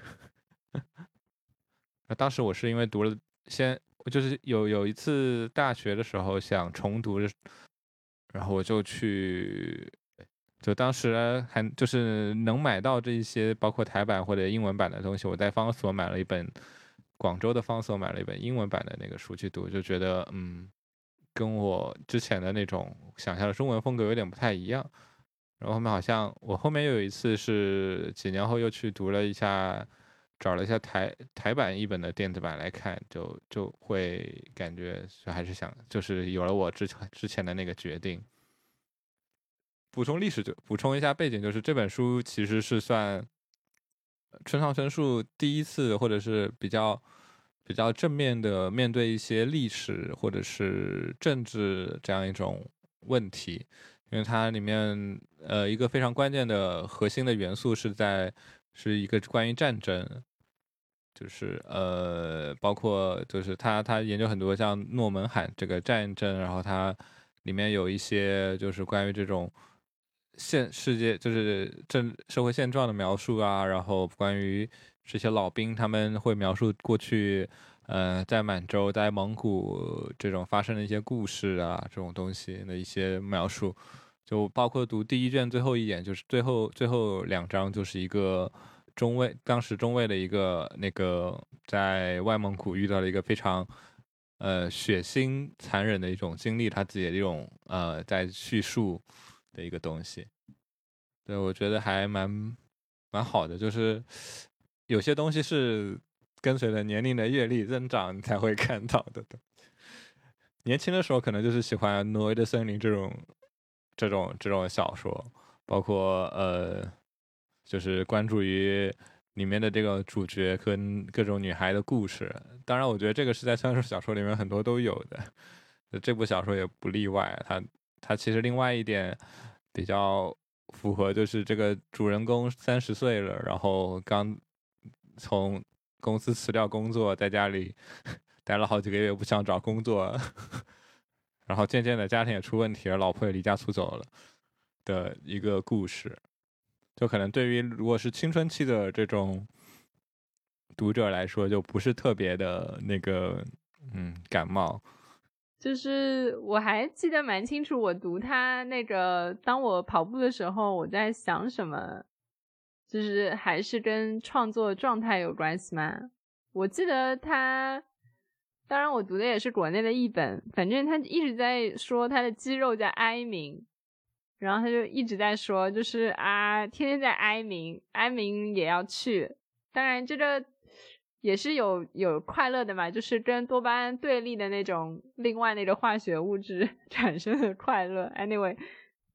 Speaker 2: 当时我是因为读了就是有一次大学的时候想重读，然后我就当时还就是能买到这一些包括台版或者英文版的东西，我在方所买了一本广州的方所买了一本英文版的那个书去读，就觉得跟我之前的那种想象的中文风格有点不太一样。然后我后面又有一次是几年后又去读了一下，找了一下台版译本的电子版来看，就会感觉还是就是有了我之前的那个决定。补充一下背景，就是这本书其实是算村上春树第一次或者是比较正面的面对一些历史或者是政治这样一种问题。因为它里面一个非常关键的核心的元素是一个关于战争，就是包括就是他研究很多像诺门罕这个战争，然后它里面有一些就是关于这种世界就是社会现状的描述啊，然后关于这些老兵他们会描述过去在满洲在蒙古这种发生的一些故事啊，这种东西的一些描述。就包括读第1卷最后一眼，就是最后2章，就是一个当时中尉的一个那个在外蒙古遇到了一个非常血腥残忍的一种经历，他自己的一种在叙述的一个东西。对，我觉得还蛮好的，就是有些东西是跟随着年龄的阅历增长你才会看到的。年轻的时候可能就是喜欢挪威的森林这种小说，包括就是关注于里面的这个主角跟各种女孩的故事。当然我觉得这个是在村上小说里面很多都有的，这部小说也不例外。它其实另外一点比较符合，就是这个主人公30岁了，然后刚从公司辞掉工作，在家里待了好几个月不想找工作，然后渐渐的家庭也出问题了，老婆也离家出走了的一个故事。就可能对于如果是青春期的这种读者来说，就不是特别的那个感冒。
Speaker 1: 就是我还记得蛮清楚，我读他那个当我跑步的时候我在想什么，就是还是跟创作状态有关系嘛。我记得他，当然我读的也是国内的译本，反正他一直在说他的肌肉在哀鸣，然后他就一直在说就是天天在哀鸣也要去。当然这个也是有快乐的嘛，就是跟多巴胺对立的那种另外那个化学物质产生的快乐。 anyway，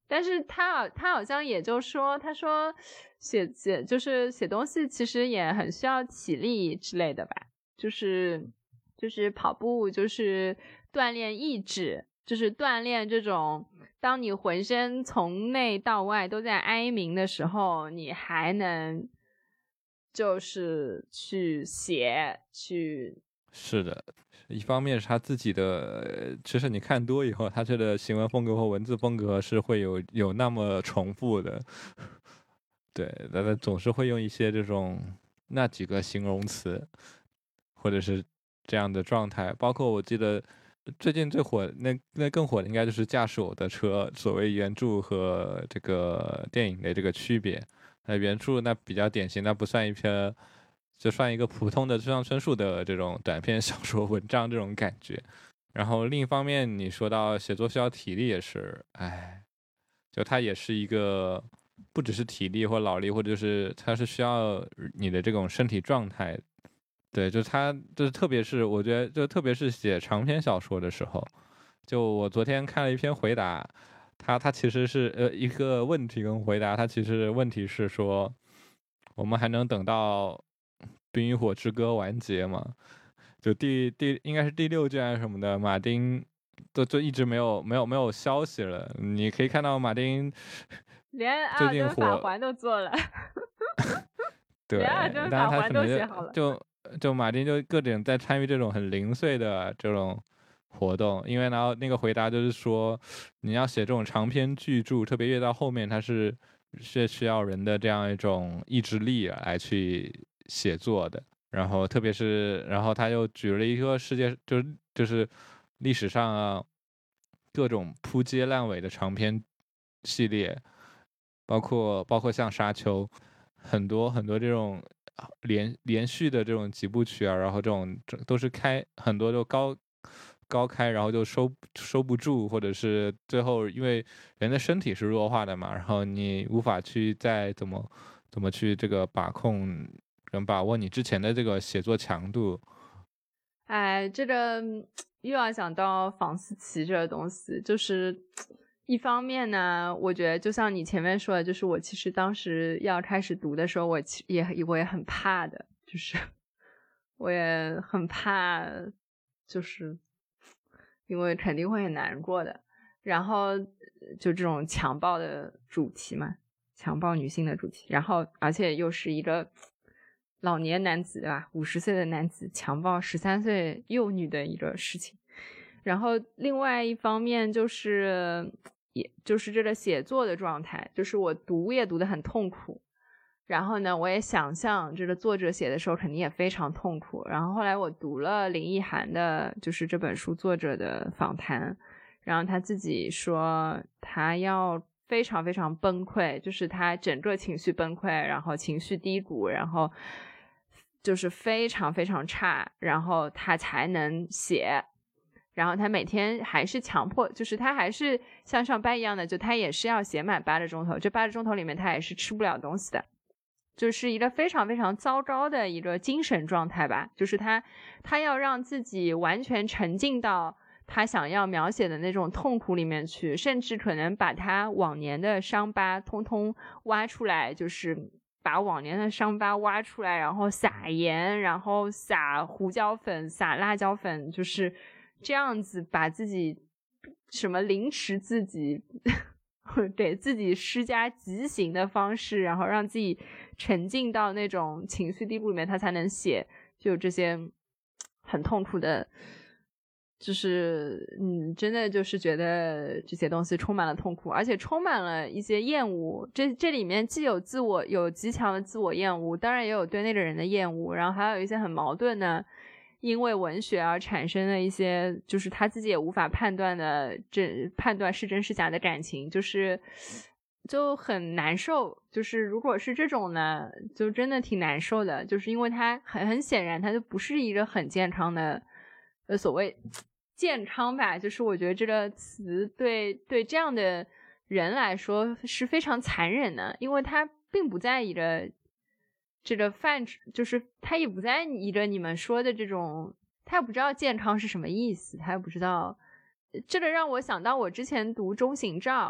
Speaker 1: 但是他好像也就说，他说就是写东西其实也很需要体力之类的吧，就是跑步，就是锻炼意志，就是锻炼这种当你浑身从内到外都在哀鸣的时候，你还能就是去写去。
Speaker 2: 是的，一方面是他自己的，其实你看多以后，他这个行文风格或文字风格是会有那么重复的，对，他总是会用一些这种那几个形容词，或者是这样的状态。包括我记得最近最火那更火的应该就是驾驶我的车，所谓原著和这个电影的这个区别。原著那比较典型，那不算一篇，就算一个普通的村上春树的这种短篇小说文章这种感觉。然后另一方面，你说到写作需要体力也是，哎，就它也是一个不只是体力或脑力，或者就是它是需要你的这种身体状态。对，就它就是特别是我觉得就特别是写长篇小说的时候，就我昨天看了一篇回答。他其实是一个问题跟回答，他其实问题是说，我们还能等到《冰与火之歌》完结吗？就应该是第6卷还是什么的，马丁就一直没有消息了。你可以看到马丁
Speaker 1: 连阿尔登法环都做了，
Speaker 2: 对，
Speaker 1: 连阿尔登法环都写好了，
Speaker 2: 就马丁就各种在参与这种很零碎的这种活动，因为然后那个回答就是说，你要写这种长篇巨著，特别越到后面，它是需要人的这样一种意志力来去写作的。然后特别是，然后他又举了一个世界，就是历史上各种铺街烂尾的长篇系列，包括像沙丘，很多很多这种连续的这种几部曲啊，然后这种都是很多就高开，然后就收不住，或者是最后因为人的身体是弱化的嘛，然后你无法去再怎么去这个把握你之前的这个写作强度。
Speaker 1: 哎，这个又要想到房思琪这个东西，就是一方面呢，我觉得就像你前面说的，就是我其实当时要开始读的时候，我也很怕的，就是我也很怕，就是因为肯定会很难过的。然后就这种强暴的主题嘛，强暴女性的主题，然后而且又是一个老年男子对吧，50岁的男子强暴13岁幼女的一个事情。然后另外一方面就是也就是这个写作的状态，就是我读也读得很痛苦，然后呢我也想象这个作者写的时候肯定也非常痛苦。然后后来我读了林奕涵的就是这本书作者的访谈，然后他自己说他要非常非常崩溃，就是他整个情绪崩溃，然后情绪低谷，然后就是非常非常差，然后他才能写。然后他每天还是强迫，就是他还是像上班一样的，就他也是要写满8个钟头，这8个钟头里面他也是吃不了东西的，就是一个非常非常糟糕的一个精神状态吧。就是他要让自己完全沉浸到他想要描写的那种痛苦里面去，甚至可能把他往年的伤疤通通挖出来，就是把往年的伤疤挖出来，然后撒盐，然后撒胡椒粉，撒辣椒粉，就是这样子把自己什么凌迟自己给自己施加极刑的方式，然后让自己沉浸到那种情绪低谷里面，他才能写就这些很痛苦的，就是真的就是觉得这些东西充满了痛苦，而且充满了一些厌恶。这里面既有有极强的自我厌恶，当然也有对那个人的厌恶，然后还有一些很矛盾的因为文学而产生的一些就是他自己也无法判断是真是假的感情，就很难受。就是如果是这种呢，就真的挺难受的，就是因为他很显然他就不是一个很健康的所谓健康吧，就是我觉得这个词对这样的人来说是非常残忍的，因为他并不在一个这个范畴，就是他也不在一个你们说的这种，他也不知道健康是什么意思，他也不知道。这个让我想到我之前读中行照，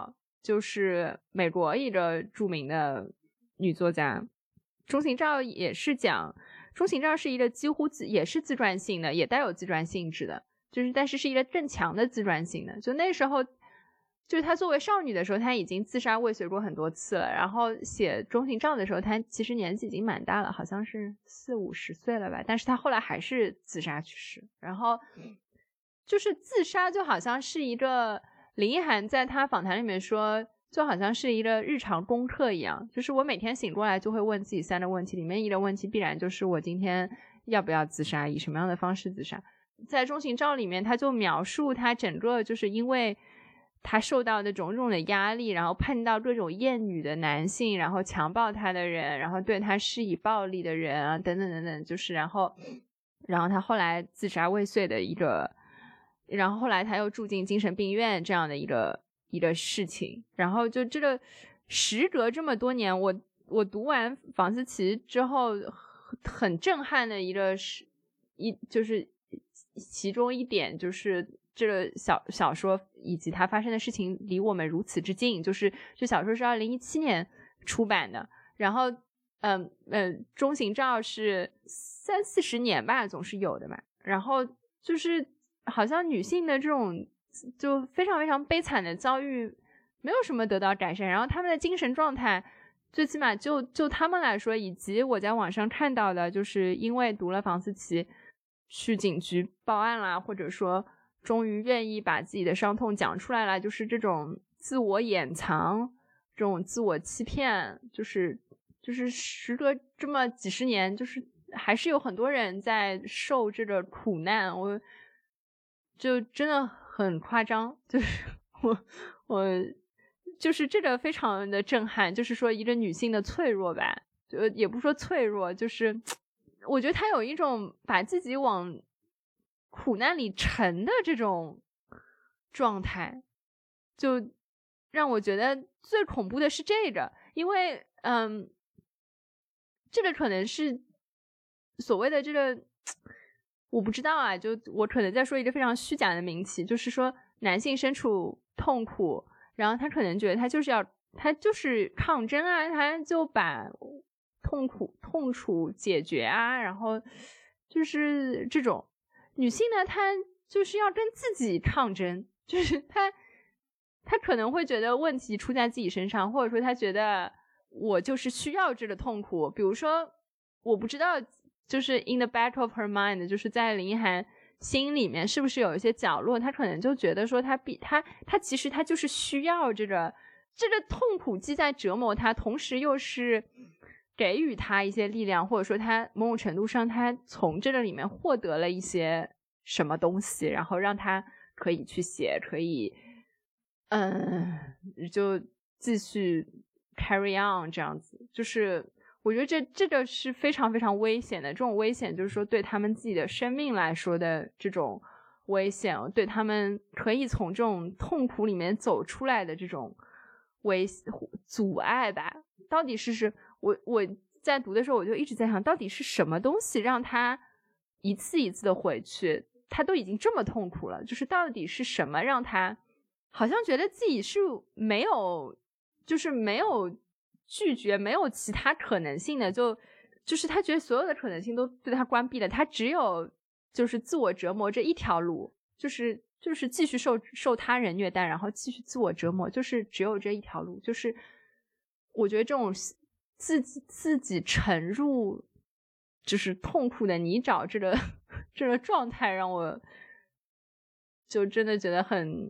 Speaker 1: 就是美国一个著名的女作家。中行照也是讲，中行照是一个几乎也是自传性的，也带有自传性质的，就是但是是一个更强的自传性的。就那时候，就是她作为少女的时候，她已经自杀未遂过很多次了。然后写中行照的时候，她其实年纪已经蛮大了，好像是40-50岁了吧。但是她后来还是自杀去世。然后就是自杀就好像是一个，林奕含在她访谈里面说，就好像是一个日常功课一样，就是我每天醒过来就会问自己3个问题，里面一个问题必然就是我今天要不要自杀，以什么样的方式自杀。在中行照里面，他就描述他整个就是因为他受到的种种的压力，然后碰到各种厌女的男性，然后强暴他的人，然后对他施以暴力的人啊，等等等等，就是然后他后来自杀未遂的一个，然后后来他又住进精神病院这样的一个事情。然后就这个时隔这么多年，我读完房思琪之后很震撼的一个就是其中一点就是这个小说以及它发生的事情离我们如此之近，就是这小说是2017年出版的，然后中行照是30-40年吧，总是有的嘛。然后就是好像女性的这种就非常非常悲惨的遭遇没有什么得到改善，然后他们的精神状态最起码就他们来说，以及我在网上看到的，就是因为读了房思琪去警局报案啦，或者说终于愿意把自己的伤痛讲出来了，就是这种自我掩藏，这种自我欺骗，就是时隔这么几十年，就是还是有很多人在受这个苦难。我就真的很夸张，就是我就是这个非常的震撼，就是说一个女性的脆弱吧，就也不说脆弱，就是我觉得她有一种把自己往苦难里沉的这种状态，就让我觉得最恐怖的是这个。因为这个可能是所谓的这个，我不知道啊，就我可能在说一个非常虚假的名词，就是说男性身处痛苦，然后他可能觉得他就是抗争啊，他就把痛楚解决啊，然后就是这种。女性呢，她就是要跟自己抗争，就是她可能会觉得问题出在自己身上，或者说她觉得我就是需要这个痛苦。比如说我不知道就是 in the back of her mind， 就是在林奕含心里面是不是有一些角落，她可能就觉得说她其实她就是需要这个痛苦既在折磨她，同时又是给予她一些力量，或者说她某种程度上她从这个里面获得了一些什么东西，然后让她可以去写，可以就继续 carry on 这样子。就是我觉得这个是非常非常危险的，这种危险就是说对他们自己的生命来说的这种危险，对他们可以从这种痛苦里面走出来的这种阻碍吧。到底是我在读的时候我就一直在想，到底是什么东西让他一次一次的回去，他都已经这么痛苦了，就是到底是什么让他好像觉得自己是没有拒绝，没有其他可能性的，就是他觉得所有的可能性都对他关闭了，他只有就是自我折磨这一条路，就是继续受他人虐待，然后继续自我折磨，就是只有这一条路。就是我觉得这种自己沉入就是痛苦的泥沼这个状态，让我就真的觉得很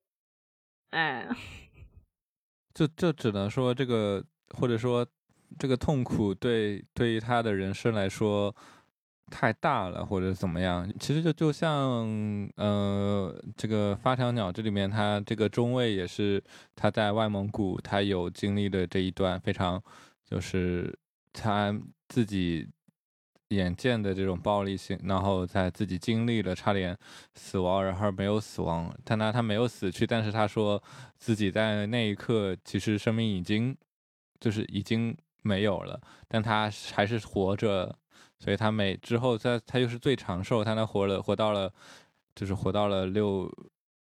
Speaker 2: 就只能说这个，或者说这个痛苦对于他的人生来说太大了，或者怎么样。其实就像这个发条鸟这里面，他这个中尉也是他在外蒙古他有经历的这一段非常就是他自己眼见的这种暴力性，然后在自己经历了差点死亡，然后没有死亡，他没有死去，但是他说自己在那一刻其实生命已经没有了，但他还是活着，所以他之后他又是最长寿，他活到了就是活到了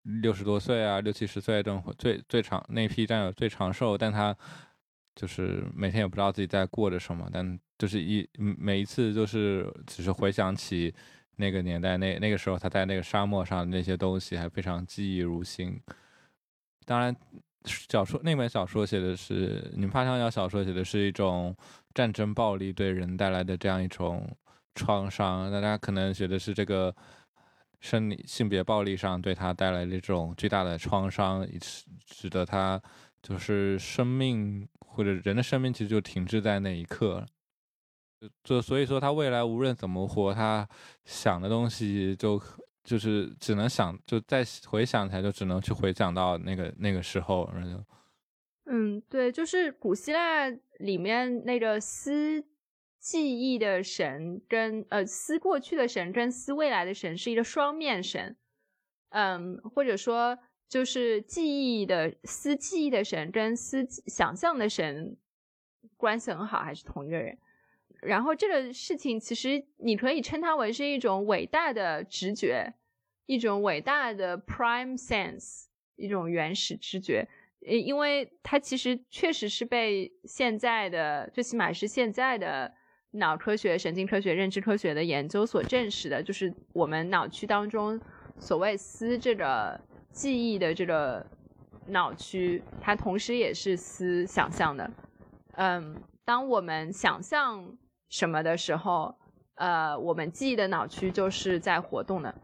Speaker 2: 60多岁啊60、70岁这种最长那批战友最长寿，但他就是每天也不知道自己在过着什么，但就是每一次就是只是回想起那个年代那个时候他在那个沙漠上的那些东西，还非常记忆如新。当然，那本小说写的是《女怕上校》小说写的是一种战争暴力对人带来的这样一种创伤，大家可能觉得是这个生理性别暴力上对他带来的这种巨大的创伤，使得他就是生命或者人的生命其实就停滞在那一刻。所以说他未来无论怎么活，他想的东西就是只能想，就再回想起来就只能去回想到那个时候。
Speaker 1: 对，就是古希腊里面那个思记忆的神跟思过去的神跟思未来的神是一个双面神。或者说就是思记忆的神跟思想象的神关系很好，还是同一个人。然后这个事情其实你可以称它为是一种伟大的直觉，一种伟大的 prime sense， 一种原始直觉。因为它其实确实是被现在的，最起码是现在的脑科学、神经科学、认知科学的研究所证实的，就是我们脑区当中所谓思这个记忆的这个脑区，它同时也是思想象的。当我们想象什么的时候，我们记忆的脑区就是在活动的。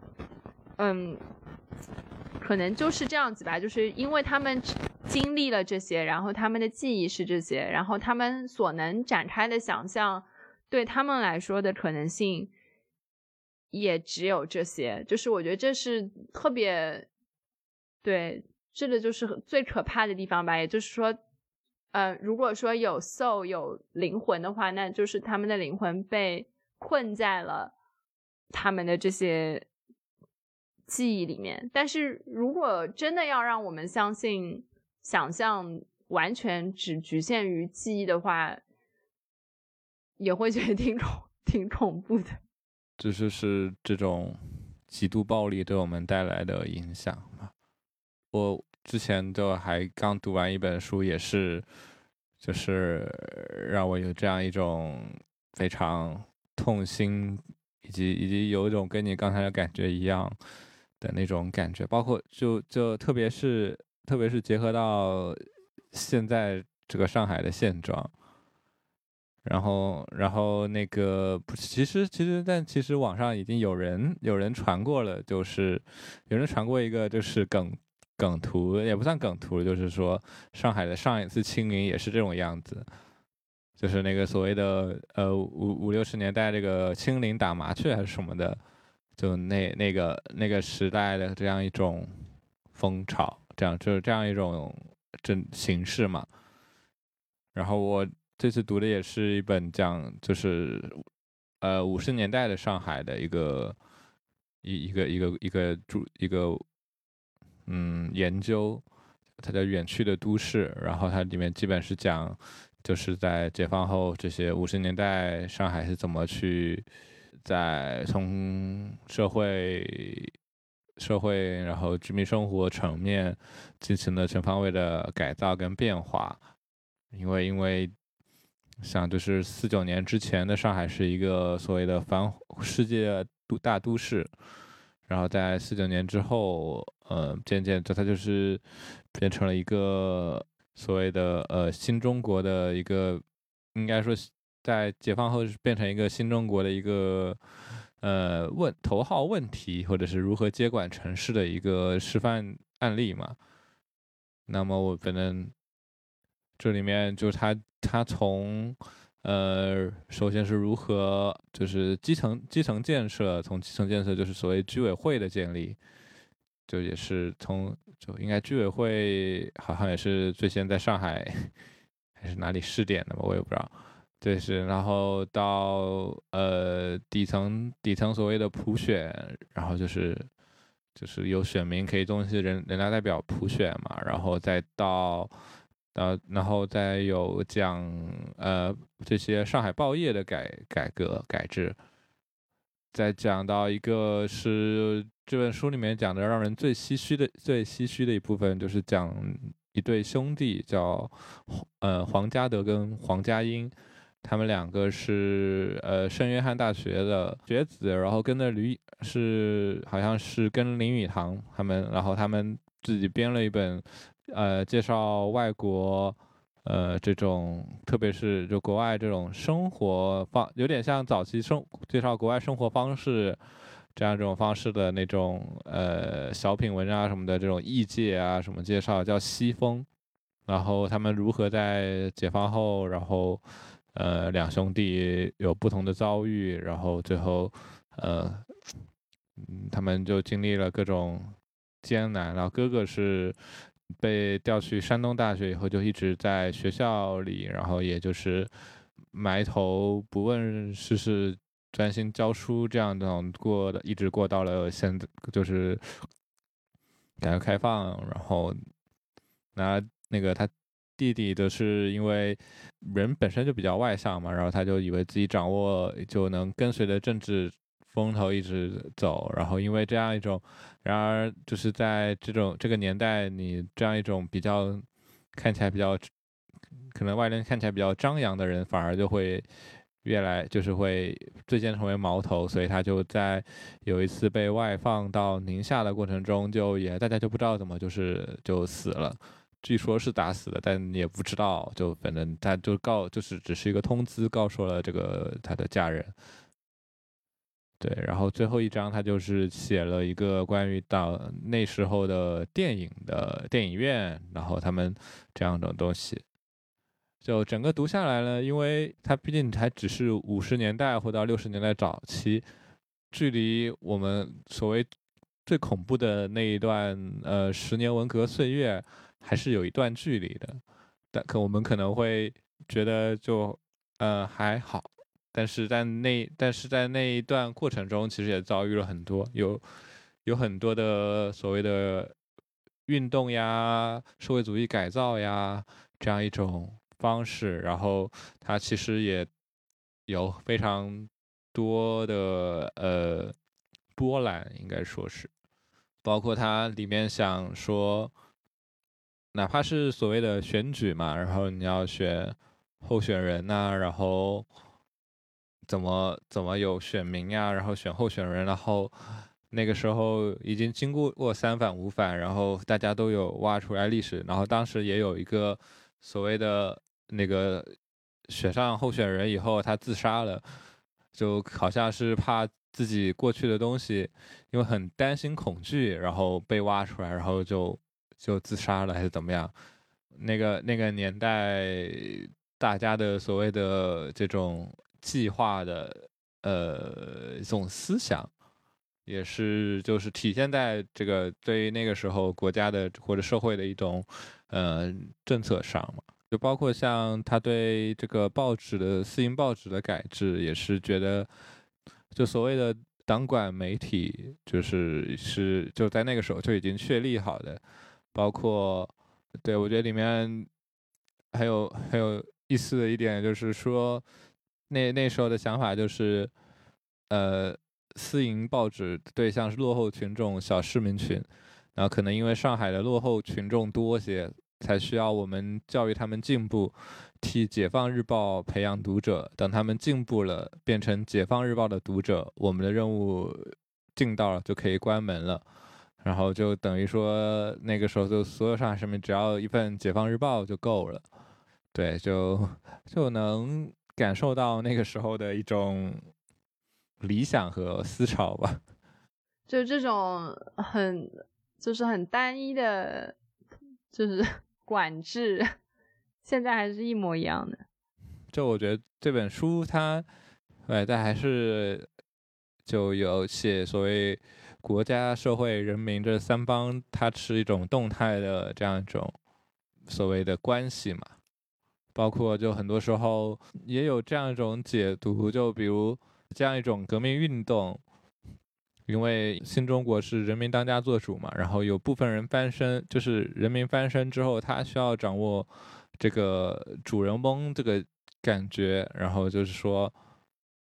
Speaker 1: 可能就是这样子吧，就是因为他们经历了这些，然后他们的记忆是这些，然后他们所能展开的想象，对他们来说的可能性也只有这些。就是我觉得这是特别，对，这个就是最可怕的地方吧。也就是说，如果说有 soul 有灵魂的话，那就是他们的灵魂被困在了他们的这些记忆里面。但是如果真的要让我们相信想象完全只局限于记忆的话，也会觉得挺恐怖的。
Speaker 2: 这就是这种极度暴力对我们带来的影响嘛。我之前就还刚读完一本书，也是就是让我有这样一种非常痛心，以及有一种跟你刚才的感觉一样的那种感觉，包括就特别是结合到现在这个上海的现状。然后那个但其实网上已经有人传过了，就是有人传过一个就是梗图，也不算梗图，就是说上海的上一次清明也是这种样子，就是那个所谓的五六十年代这个清零打麻雀还是什么的，就那个时代的这样一种风潮，就是这样一种形式嘛。然后我这次读的也是一本讲就是50年代的上海的一个研究，它叫远去的都市。然后它里面基本是讲就是在解放后这些50年代上海是怎么去从社会然后居民生活层面进行了全方位的改造跟变化。因为像就是49年之前的上海是一个所谓的世界大都市，然后在49年之后，渐渐它就是变成了一个所谓的新中国的一个，应该说在解放后变成一个新中国的一个头号问题，或者是如何接管城市的一个示范案例嘛。那么我反正这里面就是他从首先是如何就是基层建设，从基层建设就是所谓居委会的建立，就也是就应该居委会好像也是最先在上海还是哪里试点的吧，我也不知道。对，是，然后到底层所谓的普选，然后就是有选民可以通过人大代表普选嘛，然后再到然后再有讲这些上海报业的改革改制， 再讲到一个是这本书里面讲的让人最唏嘘的一部分，就是讲一对兄弟叫黄嘉德跟黄嘉英，他们两个是圣约翰大学的学子，然后跟着好像是跟林语堂他们，然后他们自己编了一本介绍外国这种，特别是就国外这种生活有点像早期介绍国外生活方式这样一种方式的那种小品文啊什么的这种译介啊什么介绍，叫西风。然后他们如何在解放后，然后两兄弟有不同的遭遇，然后最后他们就经历了各种艰难，然后哥哥是被调去山东大学以后，就一直在学校里，然后也就是埋头不问世事，专心教书这样的一直过到了现在，就是改革开放，然后那个他弟弟的是因为人本身就比较外向嘛，然后他就以为自己掌握就能跟随着政治风头一直走，然后因为这样一种，然而就是在这个年代，你这样一种比较看起来比较可能外人看起来比较张扬的人，反而就会就是会最先成为矛头，所以他就在有一次被外放到宁夏的过程中，大家就不知道怎么就死了。据说是打死的，但也不知道，就反正他就是只是一个通知告诉了他的家人。对，然后最后一章他就是写了一个关于到那时候的电影院，然后他们这样的东西，就整个读下来了，因为它毕竟还只是50年代或到60年代早期，距离我们所谓最恐怖的那一段10年文革岁月还是有一段距离的，我们可能会觉得就还好。但是在那一段过程中，其实也遭遇了很多，有很多的所谓的运动呀、社会主义改造呀这样一种方式，然后它其实也有非常多的波澜，应该说是，包括它里面想说，哪怕是所谓的选举嘛，然后你要选候选人呐、然后怎么有选民呀，然后选候选人，然后那个时候已经经过三反五反，然后大家都有挖出来历史，然后当时也有一个所谓的那个选上候选人以后他自杀了，就好像是怕自己过去的东西，因为很担心恐惧，然后被挖出来，然后就自杀了还是怎么样？那个年代，大家的所谓的这种计划的这种思想，也是就是体现在这个对于那个时候国家的或者社会的一种政策上嘛。就包括像他对这个私营报纸的改制，也是觉得就所谓的党管媒体，就在那个时候就已经确立好的，包括对我觉得里面还有意思的一点就是说，那时候的想法就是，私营报纸对象是落后群众、小市民群，然后可能因为上海的落后群众多些，才需要我们教育他们进步，替解放日报培养读者。等他们进步了，变成解放日报的读者，我们的任务尽到了，就可以关门了。然后就等于说，那个时候就所有上海市民只要一份解放日报就够了。对，就能感受到那个时候的一种理想和思潮吧。
Speaker 1: 就这种很单一的，就是管制，现在还是一模一样的。
Speaker 2: 就我觉得这本书它，但还是就有写所谓国家、社会、人民这三方，它是一种动态的这样一种所谓的关系嘛。包括就很多时候也有这样一种解读，就比如这样一种革命运动，因为新中国是人民当家作主嘛，然后有部分人翻身，就是人民翻身之后，他需要掌握这个主人翁这个感觉，然后就是说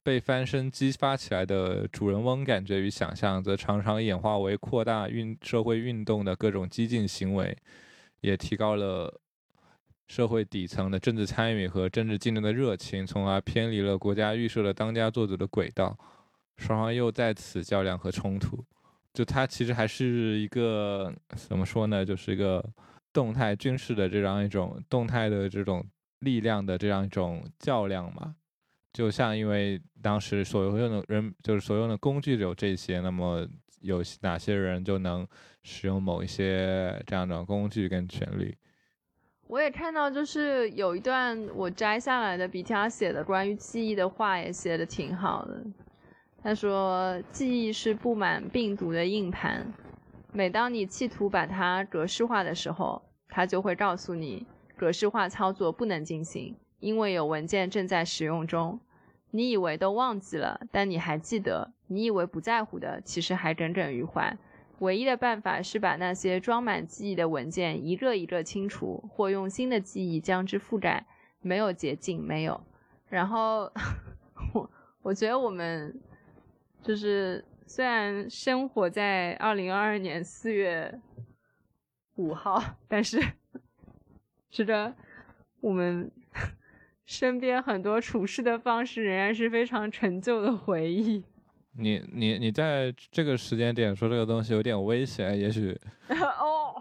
Speaker 2: 被翻身激发起来的主人翁感觉与想象，则常常演化为扩大社会运动的各种激进行为，也提高了社会底层的政治参与和政治竞争的热情，从而偏离了国家预设的当家作主的轨道，双方又在此较量和冲突。就它其实还是一个怎么说呢，就是一个动态军事的这样一种动态的这种力量的这样一种较量嘛。就像因为当时所用的人就是所用的工具有这些，那么有哪些人就能使用某一些这样的工具跟权利。
Speaker 1: 我也看到就是有一段我摘下来的 BTR 写的关于记忆的话也写的挺好的。他说记忆是布满病毒的硬盘，每当你企图把它格式化的时候，它就会告诉你格式化操作不能进行，因为有文件正在使用中。你以为都忘记了，但你还记得，你以为不在乎的，其实还耿耿于怀。唯一的办法是把那些装满记忆的文件一个一个清除，或用新的记忆将之覆盖。没有捷径，没有。然后我觉得我们就是虽然生活在2022年4月5号，但是是的，我们身边很多处事的方式仍然是非常陈旧的回忆。
Speaker 2: 你在这个时间点说这个东西有点危险，也许
Speaker 1: 哦，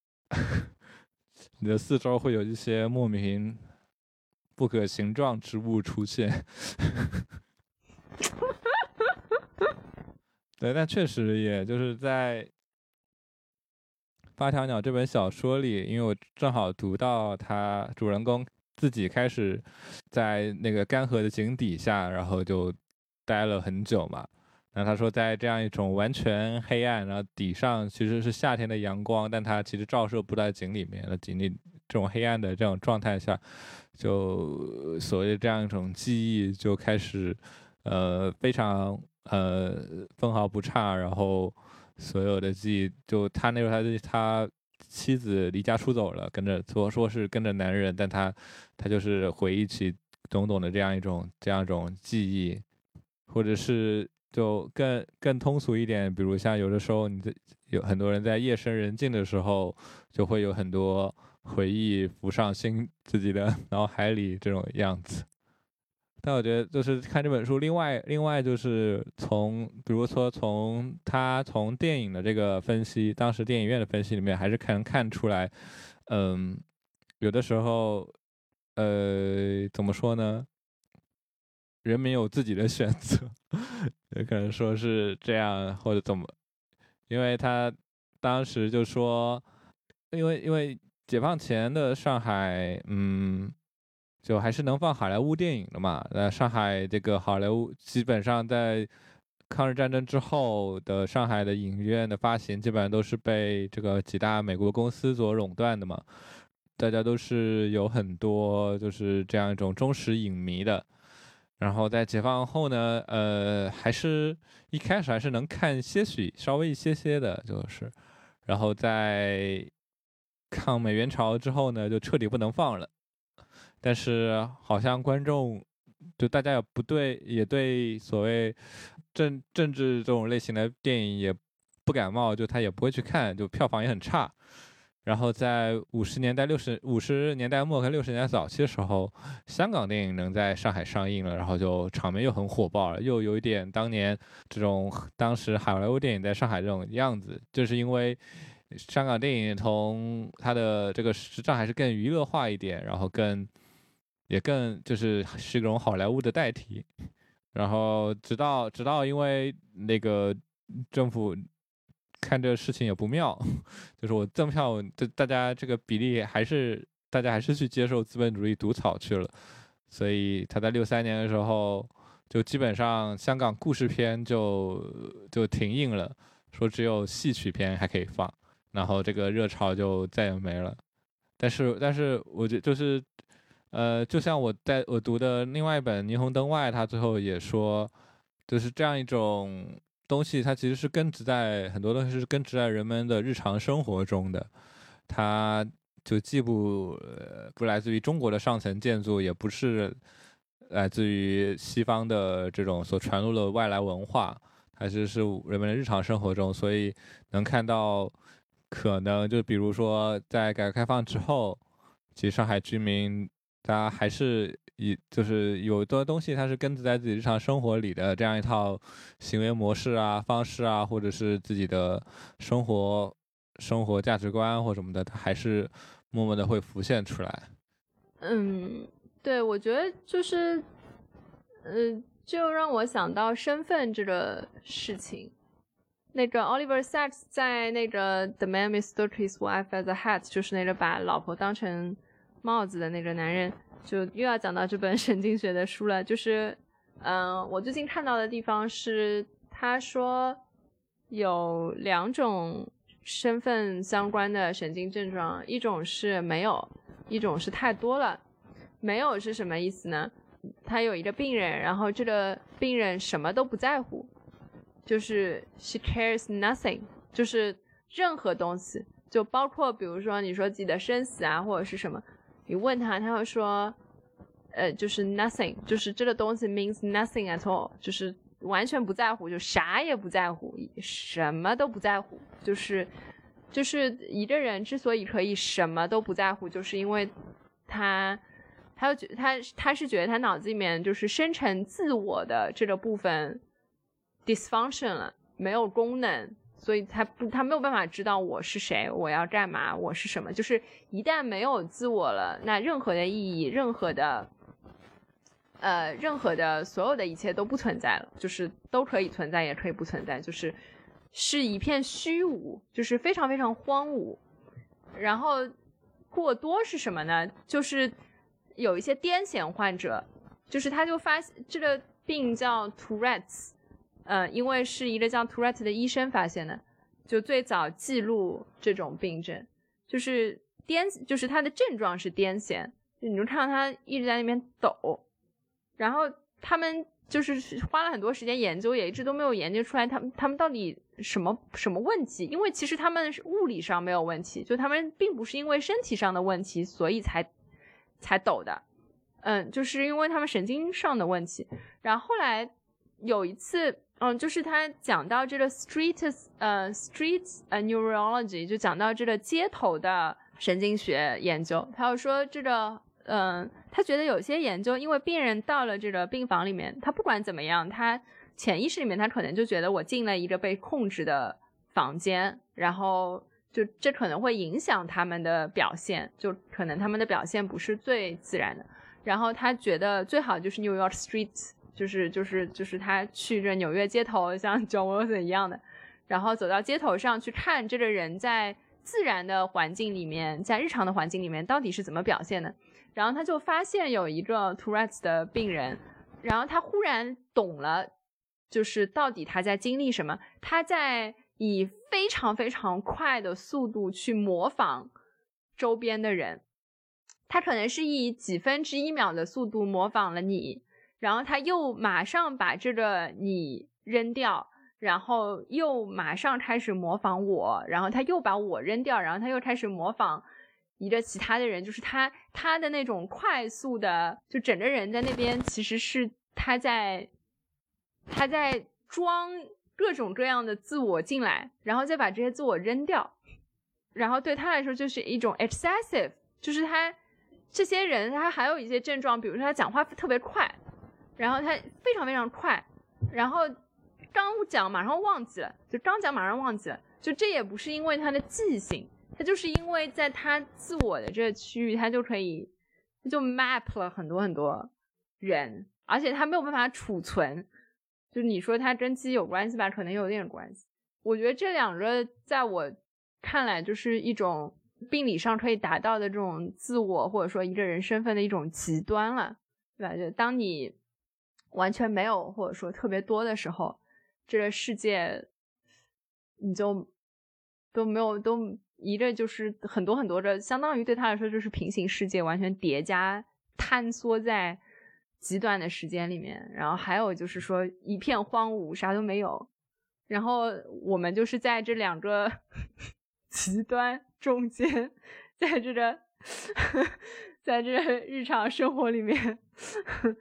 Speaker 2: 你的四周会有一些莫名不可形状之物出现。对，但确实也就是在八条鸟这本小说里，因为我正好读到他主人公自己开始在那个干涸的井底下，然后就待了很久嘛。然后他说，在这样一种完全黑暗，然后底上其实是夏天的阳光，但它其实照射不在井里面，那井里这种黑暗的这种状态下，就所谓的这样一种记忆就开始非常分毫不差，然后所有的记忆就他那时候他妻子离家出走了，跟着说是跟着男人，但他就是回忆起种种的这样一种记忆，或者是就更通俗一点，比如像有的时候有很多人在夜深人静的时候，就会有很多回忆浮上自己的脑海里这种样子。但我觉得就是看这本书，另外就是比如说从电影的这个分析，当时电影院的分析里面，还是能看出来，有的时候，怎么说呢？人民有自己的选择，也可能说是这样，或者怎么？因为他当时就说，因为解放前的上海，就还是能放好莱坞电影的嘛。上海这个好莱坞基本上在抗日战争之后的上海的影院的发行，基本上都是被这个几大美国公司所垄断的嘛。大家都是有很多就是这样一种忠实影迷的。然后在解放后呢，还是一开始还是能看稍微一些的，就是，然后在抗美援朝之后呢，就彻底不能放了。但是好像观众就大家也对所谓政治这种类型的电影也不感冒，就他也不会去看，就票房也很差。然后在50年代末和60年代早期的时候，香港电影能在上海上映了，然后就场面又很火爆了，又有一点当时好莱坞电影在上海这种样子，就是因为香港电影从它的这个实际上还是更娱乐化一点，然后也更就是一种好莱坞的代替。然后直到因为那个政府看这个事情也不妙，就是我赠票，大家这个比例大家还是去接受资本主义毒草去了，所以他在63年的时候就基本上香港故事片就停映了，说只有戏曲片还可以放，然后这个热潮就再也没了。但是我觉得就是就像我读的另外一本《霓虹灯外》，他最后也说，就是这样一种东西，它其实是很多东西是根植在人们的日常生活中的，它就既不来自于中国的上层建筑，也不是来自于西方的这种所传入的外来文化，还是人们的日常生活中，所以能看到可能就比如说在改革开放之后，其实上海居民大家还是就是有的东西它是根植在自己日常生活里的这样一套行为模式啊、方式啊，或者是自己的生活价值观或什么的，它还是默默的会浮现出来。
Speaker 1: 对，我觉得就是就让我想到身份这个事情。那个 Oliver Sacks 在那个 The Man Mistook His Wife as a Hat， 就是那个把老婆当成帽子的那个男人，就又要讲到这本神经学的书了。就是我最近看到的地方是他说有2种身份相关的神经症状，一种是没有，一种是太多了。没有是什么意思呢？他有一个病人，然后这个病人什么都不在乎，就是 she cares nothing， 就是任何东西，就包括比如说你说自己的生死啊或者是什么，你问他会说就是 nothing， 就是这个东西 means nothing at all， 就是完全不在乎，就啥也不在乎，什么都不在乎。就是一个人之所以可以什么都不在乎，就是因为他是觉得他脑子里面就是生成自我的这个部分 dysfunction 了，没有功能，所以他没有办法知道我是谁，我要干嘛，我是什么。就是一旦没有自我了，那任何的意义，任何的所有的一切都不存在了，就是都可以存在也可以不存在，是一片虚无，就是非常非常荒芜。然后过多是什么呢？就是有一些癫痫患者，就是他就发现这个病叫 Tourette's， 因为是一个叫 Tourette 的医生发现的，就最早记录这种病症，就是他的症状是癫痫，你就看到他一直在那边抖，然后他们就是花了很多时间研究，也一直都没有研究出来他们到底什么问题，因为其实他们是物理上没有问题，就他们并不是因为身体上的问题所以才抖的，就是因为他们神经上的问题。然后后来有一次，就是他讲到这个 street neurology， 就讲到这个街头的神经学研究，他又说这个他觉得有些研究，因为病人到了这个病房里面，他不管怎么样，他潜意识里面他可能就觉得我进了一个被控制的房间，然后就这可能会影响他们的表现，就可能他们的表现不是最自然的。然后他觉得最好就是 New York Street， 就是他去这纽约街头，像 John Wilson 一样的，然后走到街头上去看这个人在自然的环境里面，在日常的环境里面到底是怎么表现的。然后他就发现有一个 Tourette's 的病人，然后他忽然懂了，就是到底他在经历什么，他在以非常非常快的速度去模仿周边的人，他可能是以几分之一秒的速度模仿了你，然后他又马上把这个你扔掉，然后又马上开始模仿我，然后他又把我扔掉，然后他又开始模仿一个其他的人，就是他的那种快速的，就整个人在那边其实是他在装各种各样的自我进来，然后再把这些自我扔掉，然后对他来说就是一种 excessive， 就是他这些人他还有一些症状，比如说他讲话特别快，然后他非常非常快，然后刚讲马上忘记了，就刚讲马上忘记了，就这也不是因为他的记性，他就是因为在他自我的这个区域，他就 map 了很多很多人，而且他没有办法储存，就你说他跟记忆有关系吧，可能有点关系。我觉得这两个在我看来就是一种病理上可以达到的这种自我或者说一个人身份的一种极端了，对吧？就当你完全没有或者说特别多的时候，这个世界你就都没有，都一个就是很多很多的，相当于对他来说就是平行世界完全叠加坍缩在极短的时间里面，然后还有就是说一片荒芜，啥都没有，然后我们就是在这两个极端中间，在这个日常生活里面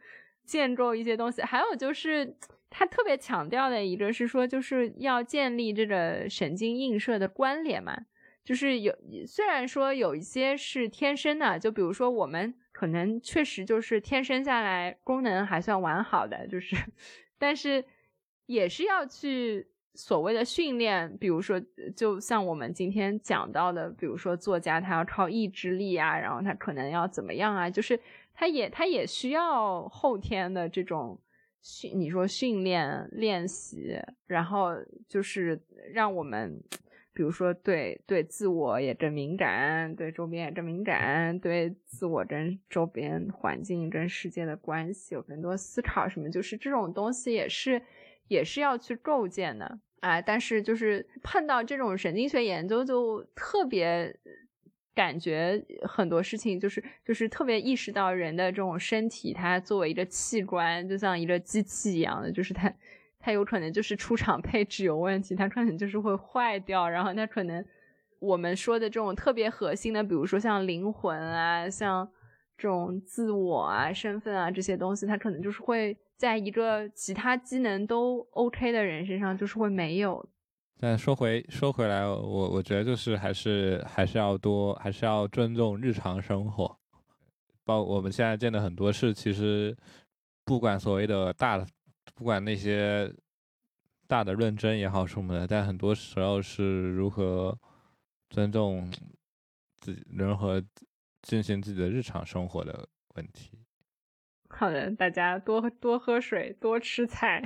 Speaker 1: 建构一些东西。还有就是他特别强调的一个是说，就是要建立这个神经映射的关联嘛。就是虽然说有一些是天生的，就比如说我们可能确实就是天生下来功能还算完好的，就是但是也是要去所谓的训练，比如说就像我们今天讲到的，比如说作家他要靠意志力啊，然后他可能要怎么样啊，就是他也需要后天的这种你说训练练习，然后就是让我们比如说对自我也更敏感，对周边也更敏感，对自我跟周边环境跟世界的关系有更多思考什么，就是这种东西也是要去构建的啊。但是就是碰到这种神经学研究就特别感觉很多事情就是特别意识到人的这种身体它作为一个器官就像一个机器一样的，就是它有可能就是出厂配置有问题，它可能就是会坏掉，然后它可能我们说的这种特别核心的，比如说像灵魂啊，像这种自我啊、身份啊这些东西，它可能就是会在一个其他机能都 OK 的人身上就是会没有。
Speaker 2: 但说回来，我觉得就是还是要尊重日常生活。包括我们现在见的很多事，其实不管所谓的不管那些大的论证也好什么的，但很多时候是如何尊重人和进行自己的日常生活的问题。
Speaker 1: 好的，大家多喝水，多吃菜，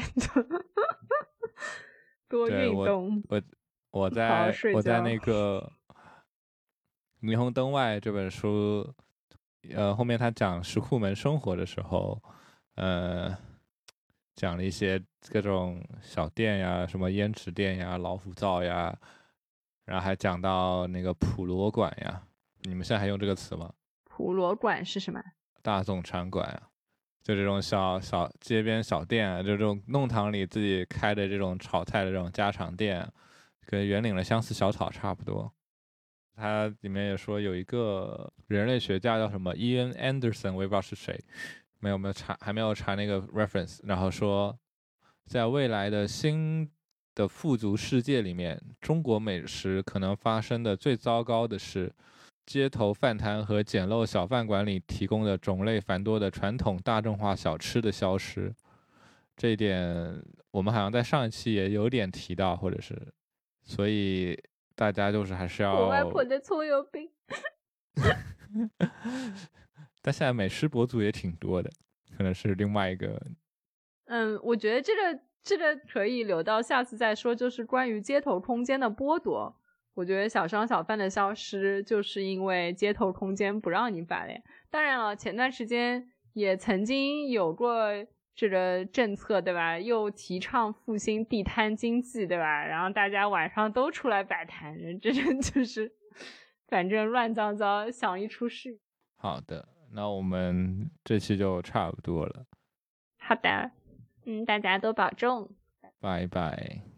Speaker 1: 多运动。
Speaker 2: 我在那个《霓虹灯外》这本书，后面他讲石库门生活的时候，讲了一些各种小店呀，什么胭脂店呀、老虎灶呀，然后还讲到那个普罗馆呀。你们现在还用这个词吗？
Speaker 1: 普罗馆是什么？
Speaker 2: 大众餐馆呀，就这种小街边小店啊，就这种弄堂里自己开的这种炒菜的这种家常店，跟圆领的相思小草差不多。它里面也说有一个人类学家叫什么 Ian Anderson， 我也不知道是谁，还没有查那个 reference。然后说，在未来的新的富足世界里面，中国美食可能发生的最糟糕的是，街头饭摊和简陋小饭馆里提供的种类繁多的传统大众化小吃的消失。这一点我们好像在上一期也有点提到，或者是，所以大家就是还是要
Speaker 1: 我外婆的葱油饼
Speaker 2: 但现在美食博主也挺多的，可能是另外一个。
Speaker 1: 我觉得这个可以留到下次再说，就是关于街头空间的剥夺。我觉得小商小贩的消失就是因为街头空间不让你摆了。当然了，前段时间也曾经有过这个政策，对吧？又提倡复兴地摊经济，对吧？然后大家晚上都出来摆摊，这就是反正乱糟糟，想一出事。
Speaker 2: 好的，那我们这期就差不多了。
Speaker 1: 好的，大家都保重，
Speaker 2: 拜拜。